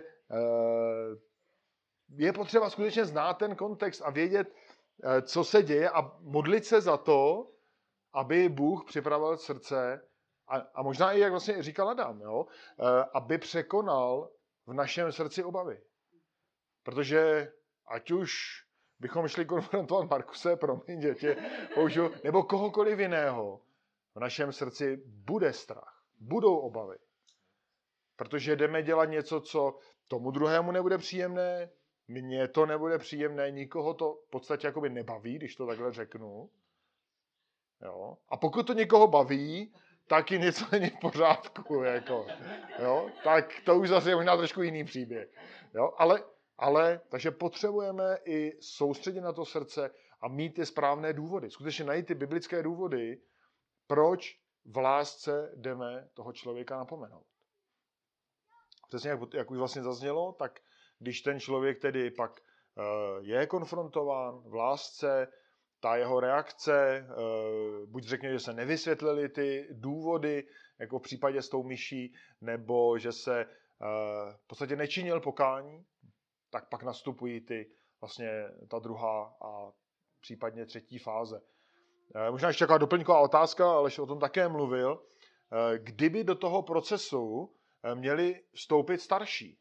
je potřeba skutečně znát ten kontext a vědět, co se děje a modlit se za to, aby Bůh připravil srdce a, a možná i, jak vlastně říkal Adam, jo, aby překonal v našem srdci obavy. Protože ať už bychom šli konfrontovat Markuse, promiň, dětě, použiju, nebo kohokoliv jiného, v našem srdci bude strach, budou obavy. Protože jdeme dělat něco, co tomu druhému nebude příjemné, mně to nebude příjemné, nikoho to v podstatě jakoby nebaví, když to takhle řeknu. Jo? A pokud to někoho baví, taky něco není v pořádku. Jako, jo? Tak to už zase je možná trošku jiný příběh. Jo? Ale, ale, takže potřebujeme i soustředit na to srdce a mít ty správné důvody. Skutečně najít ty biblické důvody, proč v lásce jdeme toho člověka napomenout. Přesně jak, jak už vlastně zaznělo, tak když ten člověk tedy pak uh, je konfrontován v lásce, ta jeho reakce, uh, buď řekne, že se nevysvětlily ty důvody, jako v případě s tou myší, nebo že se uh, v podstatě nečinil pokání, tak pak nastupují ty vlastně ta druhá a případně třetí fáze. Možná ještě taková doplňková otázka, Aleš o tom také mluvil. Kdyby do toho procesu měli vstoupit starší?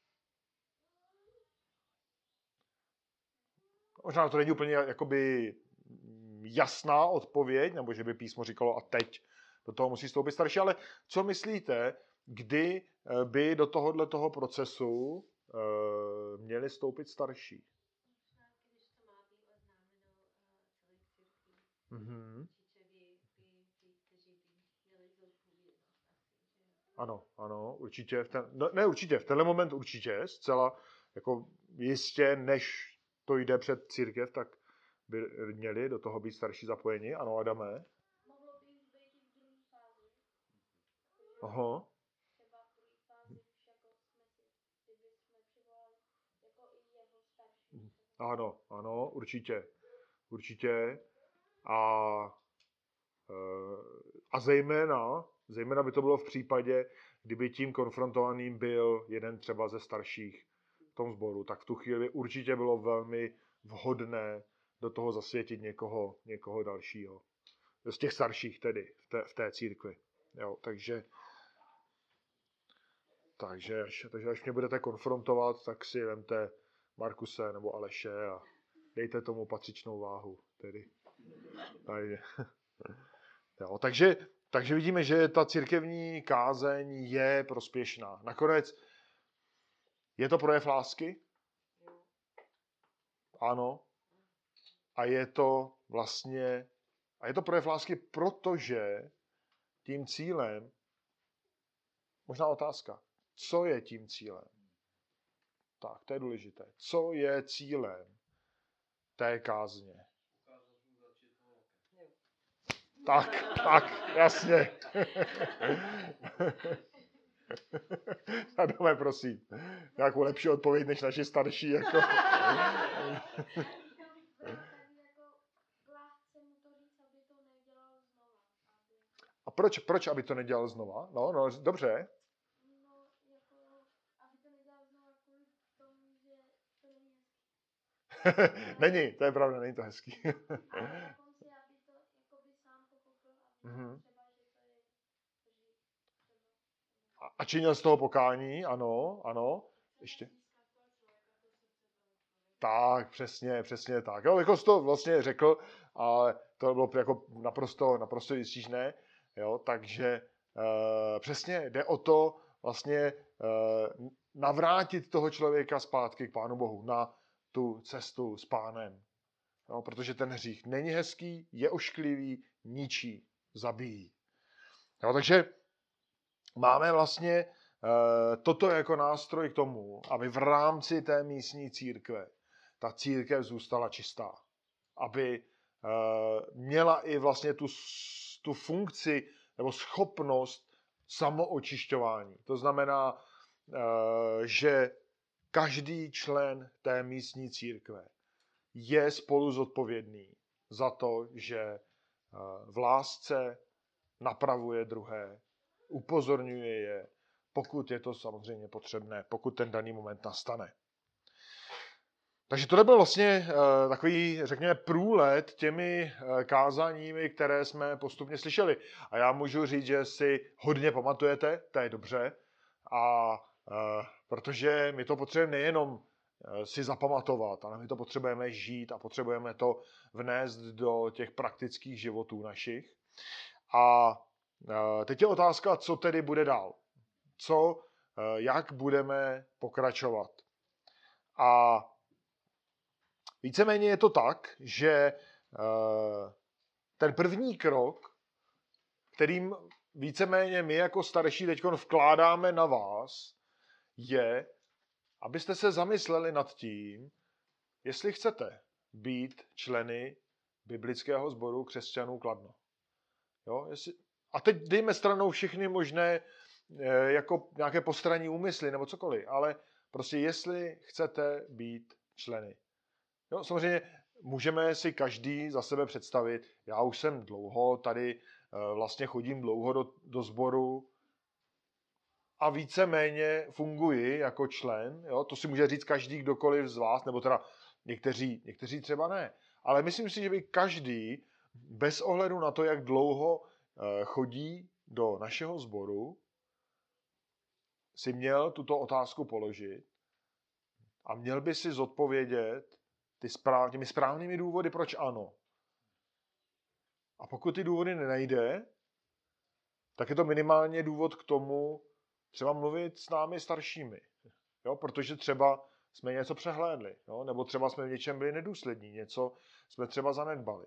Možná to není úplně jakoby jasná odpověď, nebo že by písmo říkalo a teď do toho musí vstoupit starší, ale co myslíte, kdy by do tohohle toho procesu měli vstoupit starší? Mm-hmm. Ano, ano, určitě. V ten, no, ne určitě, v tenhle moment určitě, zcela jako jistě, než to jde před církev, tak by měli do toho být starší zapojeni. Ano, Adame? Mohlo by jich být i v druhé fázi. Aha. Třeba v druhé fázi už jako jsme si, kdyby jsme přivolali jako i jeho starší. Ano, ano, určitě. Určitě. A, a zejména, zejména by to bylo v případě, kdyby tím konfrontovaným byl jeden třeba ze starších v tom sboru, tak v tu chvíli určitě bylo velmi vhodné do toho zasvětit někoho, někoho dalšího. Z těch starších tedy, v té, v té církvi. Jo, takže, takže, až, takže až mě budete konfrontovat, tak si vemte Markuse nebo Aleše a dejte tomu patřičnou váhu. Tedy. Takže, jo, takže, takže vidíme, že ta církevní kázeň je prospěšná. Nakonec je to projev lásky? Ano. A je to vlastně, a je to projev lásky, protože tím cílem, možná otázka, co je tím cílem? Tak, to je důležité. Co je cílem té kázně? Tak, tak, jasně. A dáme, prosím, nějakou lepší odpověď než naši starší. Jako. A proč, proč, aby to nedělal znova? No, no, dobře. No, jako, aby to nedělal znova kvůli tomu, že to není hezký. Není, to je pravda, není to hezký. Ale na konci, aby to jakoby sám pochopil, aby Mhm. třeba, že to je hřích. A- A činil z toho pokání, ano, ano. Ještě. Tak, přesně, přesně tak. Jo, jako jsi to vlastně řekl, ale to bylo jako naprosto, naprosto výstižné. Jo, takže e, přesně jde o to vlastně e, navrátit toho člověka zpátky k Pánu Bohu na tu cestu s Pánem. Jo, protože ten hřích není hezký, je ošklivý, ničí, zabíjí. Jo, takže máme vlastně e, toto jako nástroj k tomu, aby v rámci té místní církve ta církev zůstala čistá. Aby e, měla i vlastně tu, tu funkci nebo schopnost samoočišťování. To znamená, e, že každý člen té místní církve je spolu zodpovědný za to, že e, v lásce napravuje druhé, upozorňuje je, pokud je to samozřejmě potřebné, pokud ten daný moment nastane. Takže tohle byl vlastně uh, takový, řekněme, průlet těmi uh, kázáními, které jsme postupně slyšeli. A já můžu říct, že si hodně pamatujete, to je dobře, a uh, protože my to potřebujeme nejenom uh, si zapamatovat, ale my to potřebujeme žít a potřebujeme to vnést do těch praktických životů našich. A uh, teď je otázka, co tedy bude dál. Co, uh, jak budeme pokračovat. A víceméně je to tak, že ten první krok, kterým víceméně my jako starší teď vkládáme na vás, je, abyste se zamysleli nad tím, jestli chcete být členy biblického sboru křesťanů Kladno. Jo, jestli... A teď dejme stranou všechny možné jako nějaké postranní úmysly nebo cokoliv, ale prostě jestli chcete být členy. No, samozřejmě můžeme si každý za sebe představit, já už jsem dlouho tady, vlastně chodím dlouho do, do sboru a víceméně funguji jako člen. Jo? To si může říct každý kdokoliv z vás, nebo teda někteří, někteří třeba ne. Ale myslím si, že by každý, bez ohledu na to, jak dlouho chodí do našeho sboru, si měl tuto otázku položit a měl by si zodpovědět, Ty správ, těmi správnými důvody, proč ano. A pokud ty důvody nenajde, tak je to minimálně důvod k tomu třeba mluvit s námi staršími. Jo? Protože třeba jsme něco přehlédli, jo? Nebo třeba jsme v něčem byli nedůslední, něco jsme třeba zanedbali.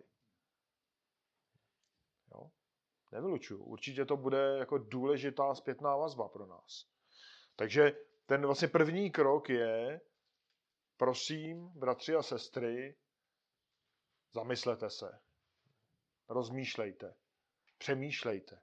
Jo? Nevylučuju. Určitě to bude jako důležitá zpětná vazba pro nás. Takže ten vlastně první krok je, prosím, bratři a sestry, zamyslete se, rozmýšlejte, přemýšlejte.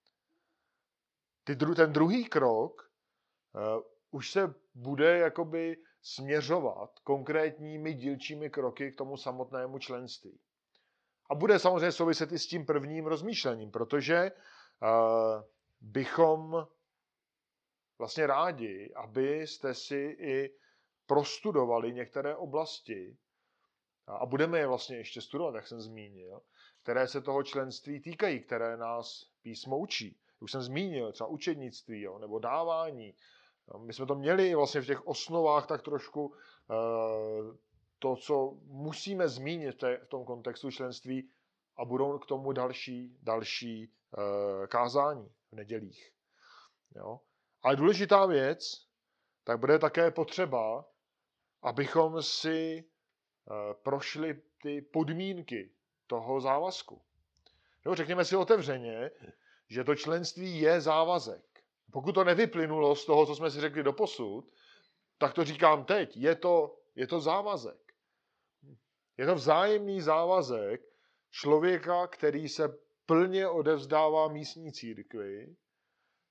Ty dru, ten druhý krok uh, už se bude jakoby směřovat konkrétními dílčími kroky k tomu samotnému členství. A bude samozřejmě souviset i s tím prvním rozmýšlením, protože uh, bychom vlastně rádi, abyste si i prostudovali některé oblasti, a budeme je vlastně ještě studovat, jak jsem zmínil, které se toho členství týkají, které nás písmo učí. Už jsem zmínil třeba učednictví, jo, nebo dávání. My jsme to měli vlastně v těch osnovách tak trošku to, co musíme zmínit v tom kontextu členství, a budou k tomu další, další kázání v nedělích. Jo. Ale důležitá věc, tak bude také potřeba, abychom si prošli ty podmínky toho závazku. Jo, řekněme si otevřeně, že to členství je závazek. Pokud to nevyplynulo z toho, co jsme si řekli doposud, tak to říkám teď, je to, je to závazek. Je to vzájemný závazek člověka, který se plně odevzdává místní církvi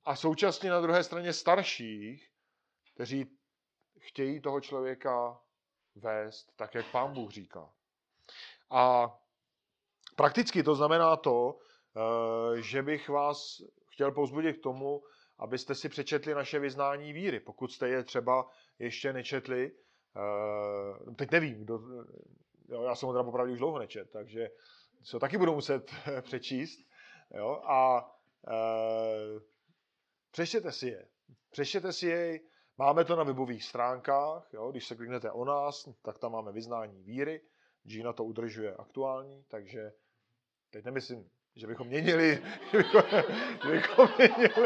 a současně na druhé straně starších, kteří chtějí toho člověka vést tak, jak Pán Bůh říká. A prakticky to znamená to, že bych vás chtěl povzbudit k tomu, abyste si přečetli naše vyznání víry. Pokud jste je třeba ještě nečetli, teď nevím, kdo, jo, já jsem ho teda popravdě už dlouho nečet, takže se taky budu muset přečíst. Jo, a e, přečtěte si je. Přečtěte si je, máme to na webových stránkách, jo, když se kliknete o nás, tak tam máme vyznání víry, Gina to udržuje aktuální, takže teď nemyslím, že bychom měnili, že bychom, že bychom měnili.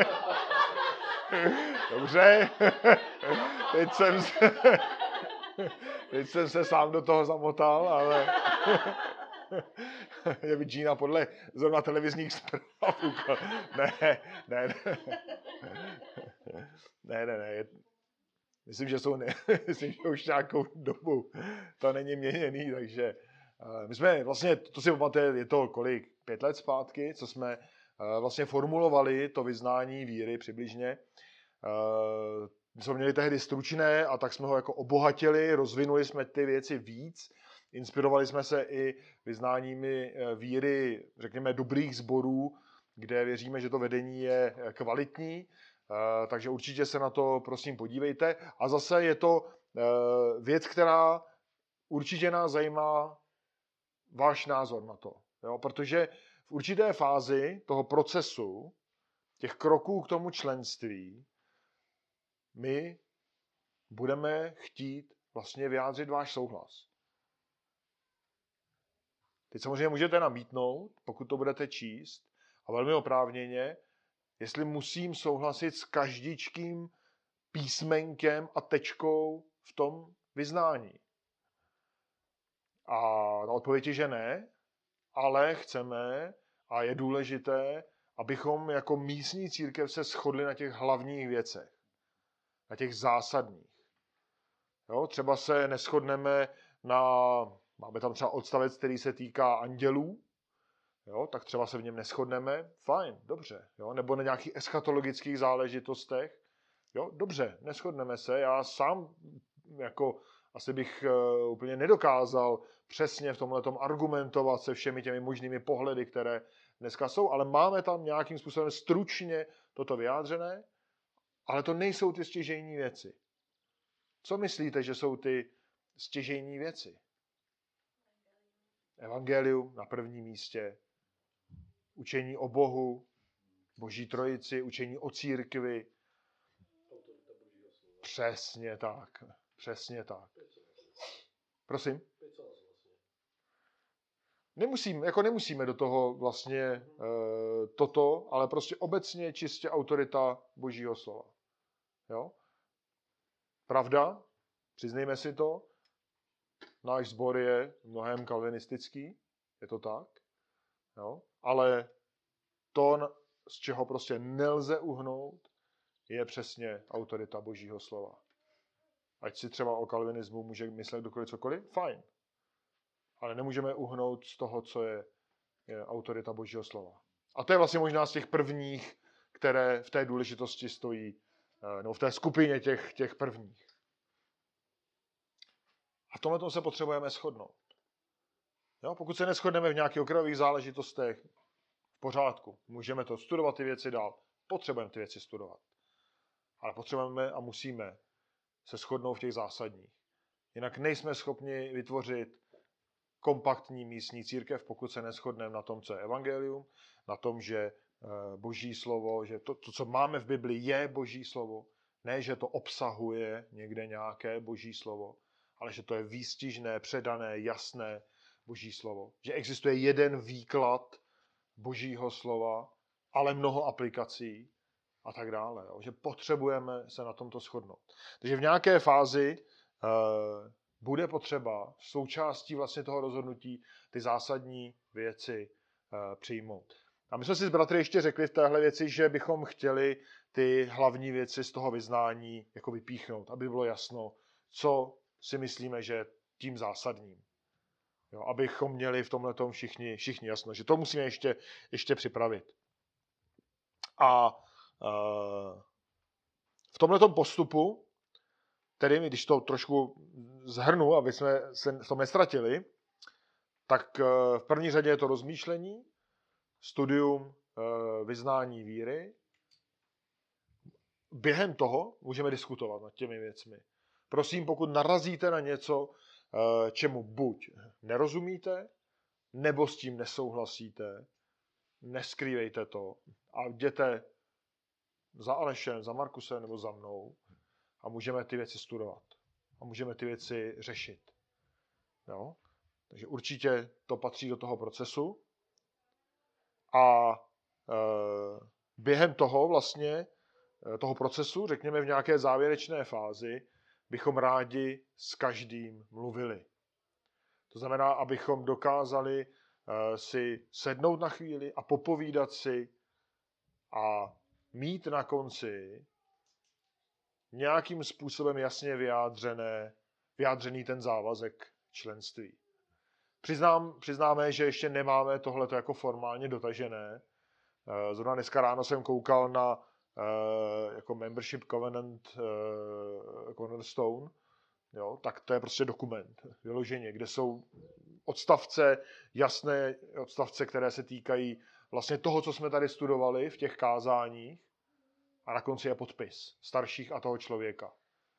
Dobře, teď jsem se, teď jsem se sám do toho zamotal, ale je by Gina podle zrovna televizních zpráv. Ne, ne, ne. Ne, ne, ne. Je, myslím, že jsou ne, myslím, že už nějakou dobu to není měněný, takže uh, my jsme vlastně, to si pamatujete, je to kolik, pět let zpátky, co jsme uh, vlastně formulovali to vyznání víry přibližně. Uh, my jsme měli tehdy stručné a tak jsme ho jako obohatili, rozvinuli jsme ty věci víc, inspirovali jsme se i vyznáními víry, řekněme, dobrých sborů, kde věříme, že to vedení je kvalitní, takže určitě se na to prosím podívejte. A zase je to věc, která určitě nás zajímá váš názor na to. Jo? Protože v určité fázi toho procesu, těch kroků k tomu členství, my budeme chtít vlastně vyjádřit váš souhlas. Teď samozřejmě můžete namítnout, pokud to budete číst, a velmi oprávněně, jestli musím souhlasit s každičkým písmenkem a tečkou v tom vyznání. A ta odpověď je, že ne, ale chceme a je důležité, abychom jako místní církev se shodli na těch hlavních věcech, na těch zásadních. Jo, třeba se neshodneme na, máme tam třeba odstavec, který se týká andělů, jo, tak třeba se v něm neshodneme, fajn, dobře. Jo, nebo na nějakých eschatologických záležitostech, jo, dobře, neshodneme se. Já sám jako asi bych uh, úplně nedokázal přesně v tomhletom argumentovat se všemi těmi možnými pohledy, které dneska jsou, ale máme tam nějakým způsobem stručně toto vyjádřené, ale to nejsou ty stěžejní věci. Co myslíte, že jsou ty stěžejní věci? Evangelium na prvním místě, učení o Bohu, Boží trojici, učení o církvi. Přesně tak, přesně tak. Prosím? Nemusíme, jako nemusíme do toho vlastně e, toto, ale prostě obecně čistě autorita Božího slova. Jo? Pravda, přiznejme si to, náš sbor je mnohem kalvinistický, je to tak, jo? Ale to, z čeho prostě nelze uhnout, je přesně autorita Božího slova. Ať si třeba o kalvinismu může myslet kdokoliv cokoliv, fajn. Ale nemůžeme uhnout z toho, co je, je autorita Božího slova. A to je vlastně možná z těch prvních, které v té důležitosti stojí, nebo v té skupině těch, těch prvních. A v tomhle tom se potřebujeme shodnout. Jo? Pokud se neshodneme v nějakých okrajových záležitostech, v pořádku, můžeme to studovat ty věci dál, potřebujeme ty věci studovat. Ale potřebujeme a musíme se shodnout v těch zásadních. Jinak nejsme schopni vytvořit kompaktní místní církev, pokud se neshodneme na tom, co je evangelium, na tom, že Boží slovo, že to, to, co máme v Bibli, je Boží slovo, ne, že to obsahuje někde nějaké Boží slovo, ale že to je výstižné, předané, jasné Boží slovo. Že existuje jeden výklad Božího slova, ale mnoho aplikací a tak dále. Jo. Že potřebujeme se na tomto shodnout. Takže v nějaké fázi uh, bude potřeba součástí vlastně toho rozhodnutí ty zásadní věci uh, přijmout. A my jsme si s bratry ještě řekli v téhle věci, že bychom chtěli ty hlavní věci z toho vyznání jako vypíchnout, aby bylo jasno, co si myslíme, že je tím zásadním. Jo, abychom měli v tomhletom všichni, všichni jasno, že to musíme ještě, ještě připravit. A v tomhletom postupu, tedy když to trošku zhrnu, aby jsme se v tom nestratili, tak v první řadě je to rozmýšlení, studium vyznání víry. Během toho můžeme diskutovat nad těmi věcmi. Prosím, pokud narazíte na něco, čemu buď nerozumíte, nebo s tím nesouhlasíte, neskrývejte to a jděte za Alešem, za Markusem nebo za mnou a můžeme ty věci studovat. A můžeme ty věci řešit. Jo? Takže určitě to patří do toho procesu. A e, během toho vlastně, toho procesu, řekněme v nějaké závěrečné fázi, bychom rádi s každým mluvili. To znamená, abychom dokázali e, si sednout na chvíli a popovídat si a mít na konci nějakým způsobem jasně vyjádřené, vyjádřený ten závazek členství. Přiznám, přiznáme, že ještě nemáme tohleto jako formálně dotažené. Zrovna dneska ráno jsem koukal na jako Membership Covenant Cornerstone, jo, tak to je prostě dokument, vyloženě, kde jsou odstavce, jasné odstavce, které se týkají vlastně toho, co jsme tady studovali v těch kázáních, a na konci je podpis starších a toho člověka.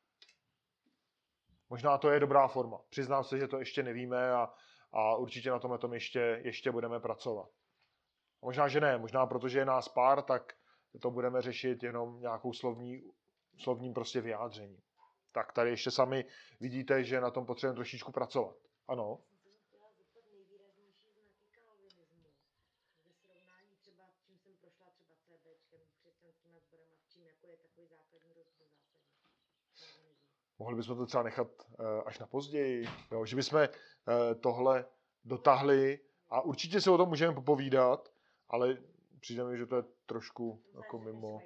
Možná to je dobrá forma. Přiznám se, že to ještě nevíme a, a určitě na tomhle tom ještě, ještě budeme pracovat. A možná, že ne. Možná, protože je nás pár, tak to budeme řešit jenom nějakou slovní, slovním prostě vyjádřením. Tak tady ještě sami vidíte, že na tom potřebujeme trošičku pracovat. Ano. Mohli bychom to třeba nechat až na později, jo? Že bychom tohle dotáhli a určitě se o tom můžeme popovídat, ale přijde mi, že to je trošku jako mimo.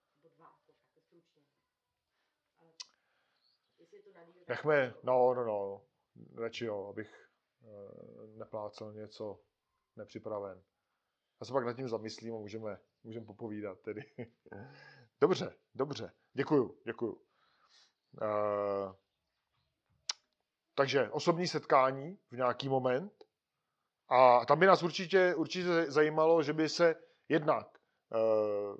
Nechme, no, no, no, radši jo, abych neplácel něco nepřipraven. Já se pak nad tím zamyslím a můžeme, můžeme popovídat tedy. Dobře, dobře, děkuju, děkuju. Uh, takže osobní setkání v nějaký moment a tam by nás určitě, určitě zajímalo, že by se jednak uh,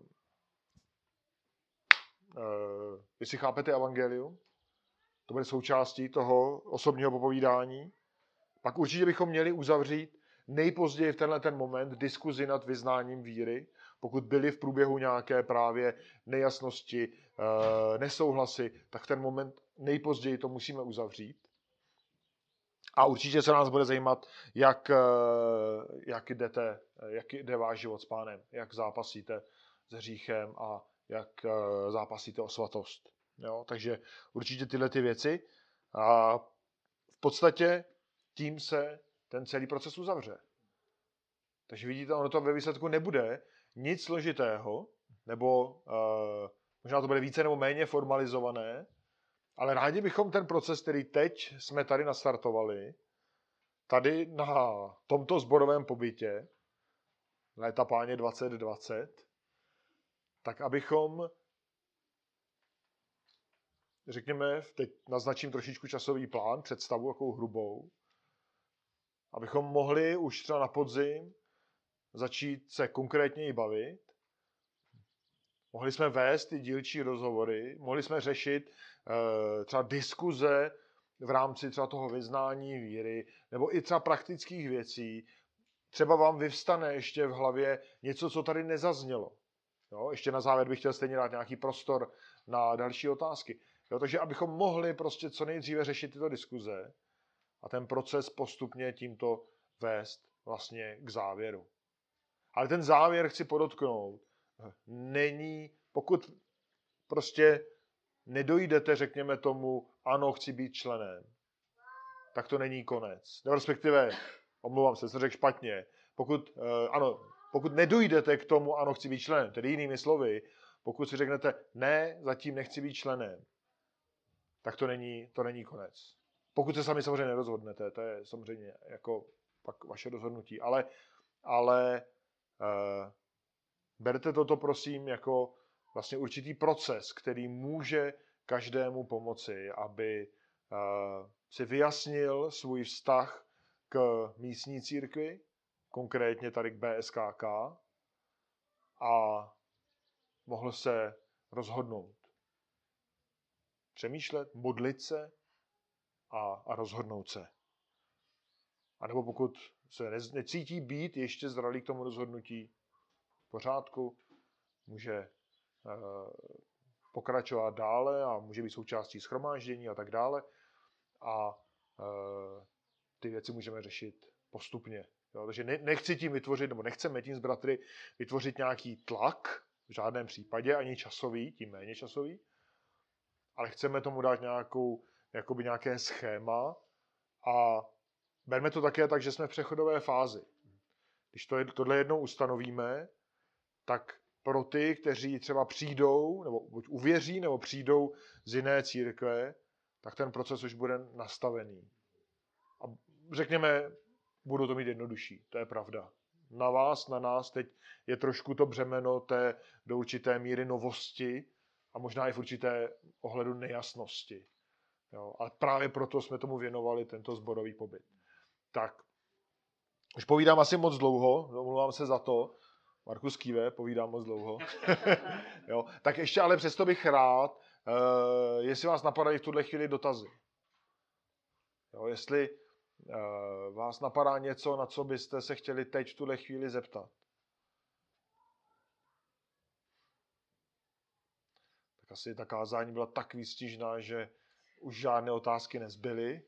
uh, jestli chápete evangelium, to bude součástí toho osobního popovídání, pak určitě bychom měli uzavřít nejpozději v tenhle ten moment diskuzi nad vyznáním víry, pokud byly v průběhu nějaké právě nejasnosti, nesouhlasy, tak v ten moment nejpozději to musíme uzavřít. A určitě se nás bude zajímat, jak, jak, jdete, jak jde váš život s Pánem, jak zápasíte s hříchem a jak zápasíte o svatost. Jo? Takže určitě tyhle ty věci. A v podstatě tím se ten celý proces uzavře. Takže vidíte, ono to ve výsledku nebude nic složitého, nebo uh, možná to bude více nebo méně formalizované, ale rádi bychom ten proces, který teď jsme tady nastartovali, tady na tomto sborovém pobytě, léta páně dvacet dvacet, tak abychom, řekněme, teď naznačím trošičku časový plán, představu jakou hrubou, abychom mohli už třeba na podzim začít se konkrétněji bavit. Mohli jsme vést ty dílčí rozhovory, mohli jsme řešit e, třeba diskuze v rámci třeba toho vyznání víry, nebo i třeba praktických věcí. Třeba vám vyvstane ještě v hlavě něco, co tady nezaznělo. Jo? Ještě na závěr bych chtěl stejně dát nějaký prostor na další otázky. Jo? Takže abychom mohli prostě co nejdříve řešit tyto diskuze a ten proces postupně tímto vést vlastně k závěru. Ale ten závěr chci podotknout, není, pokud prostě nedojdete, řekněme tomu, ano, chci být členem, tak to není konec. Nebo respektive, omlouvám se, jsem řekl špatně, pokud, ano, pokud nedojdete k tomu, ano, chci být členem, tedy jinými slovy, pokud si řeknete, ne, zatím nechci být členem, tak to není, to není konec. Pokud se sami samozřejmě nerozhodnete, to je samozřejmě jako pak vaše rozhodnutí, ale, ale Uh, berte toto prosím jako vlastně určitý proces, který může každému pomoci, aby si vyjasnil svůj vztah k místní církvi, konkrétně tady k B S K K, a mohl se rozhodnout. Přemýšlet, modlit se a, a rozhodnout se. A nebo pokud se ne, necítí být ještě zralý k tomu rozhodnutí, v pořádku, může e, pokračovat dále a může být součástí shromáždění a tak dále. A e, ty věci můžeme řešit postupně. Jo, takže ne, nechci tím vytvořit, nebo nechceme tím s bratry vytvořit nějaký tlak, v žádném případě, ani časový, tím méně časový, ale chceme tomu dát nějakou, jakoby nějaké schéma a berme to také tak, že jsme v přechodové fázi. Když to, tohle jednou ustanovíme, tak pro ty, kteří třeba přijdou, nebo buď uvěří, nebo přijdou z jiné církve, tak ten proces už bude nastavený. A řekněme, budou to mít jednodušší, to je pravda. Na vás, na nás teď je trošku to břemeno té do určité míry novosti a možná i v určité ohledu nejasnosti. Jo, a právě proto jsme tomu věnovali tento sborový pobyt. Tak, už povídám asi moc dlouho, omlouvám se za to. Markus kýve, povídám moc dlouho. Jo, tak ještě ale přesto bych rád, uh, jestli vás napadají v tuhle chvíli dotazy. Jo, jestli uh, vás napadá něco, na co byste se chtěli teď v tuhle chvíli zeptat. Tak asi ta kázání byla tak výstižná, že už žádné otázky nezbyly.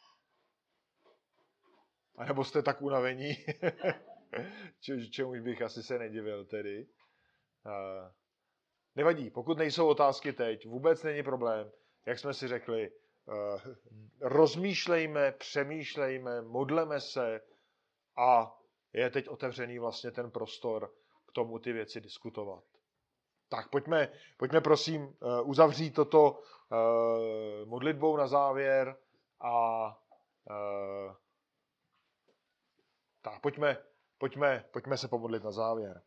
A nebo jste tak unavení, čemu bych asi se nedivil tedy. Uh, nevadí, pokud nejsou otázky teď, vůbec není problém. Jak jsme si řekli, uh, rozmýšlejme, přemýšlejme, modleme se a je teď otevřený vlastně ten prostor k tomu ty věci diskutovat. Tak pojďme, pojďme prosím uh, uzavřít toto uh, modlitbou na závěr a uh, tak pojďme, pojďme, pojďme se pomodlit na závěr.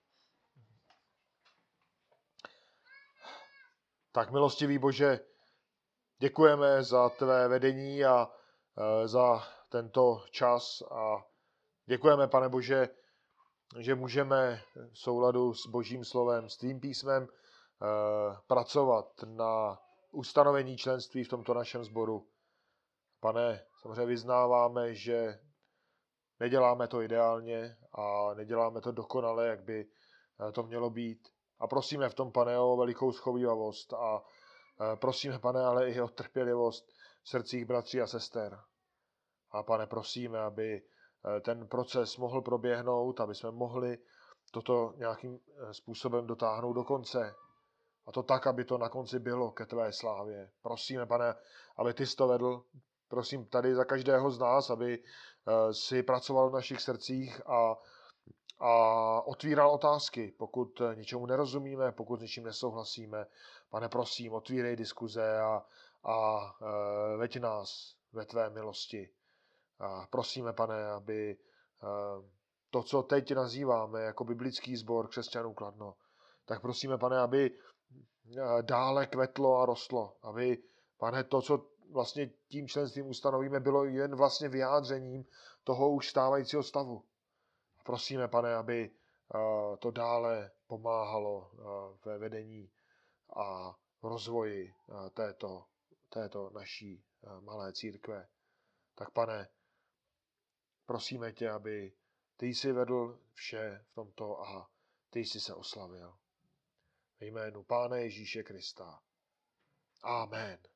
Tak milostivý Bože, děkujeme za tvé vedení a e, za tento čas a děkujeme, Pane Bože, že můžeme v souladu s Božím slovem, s tvým písmem e, pracovat na ustanovení členství v tomto našem sboru. Pane, samozřejmě vyznáváme, že neděláme to ideálně a neděláme to dokonale, jak by to mělo být. A prosíme v tom, Pane, o velikou schovívavost a prosíme, Pane, ale i o trpělivost v srdcích bratří a sester. A Pane, prosíme, aby ten proces mohl proběhnout, aby jsme mohli toto nějakým způsobem dotáhnout do konce. A to tak, aby to na konci bylo ke tvé slávě. Prosíme, Pane, aby ty jsi to vedl. Prosím tady za každého z nás, aby si pracoval v našich srdcích a, a otvíral otázky. Pokud ničemu nerozumíme, pokud s ničím nesouhlasíme, Pane, prosím, otvírej diskuze a, a e, veď nás ve tvé milosti. A prosíme, Pane, aby e, to, co teď nazýváme jako biblický sbor křesťanů Kladno, tak prosíme, Pane, aby dále kvetlo a rostlo. Aby, Pane, to, co vlastně tím členstvím ustanovíme, bylo jen vlastně vyjádřením toho už stávajícího stavu. Prosíme, Pane, aby to dále pomáhalo ve vedení a v rozvoji této, této naší malé církve. Tak, Pane, prosíme tě, aby ty jsi vedl vše v tomto a ty jsi se oslavil. Ve jménu Pána Ježíše Krista. Amen.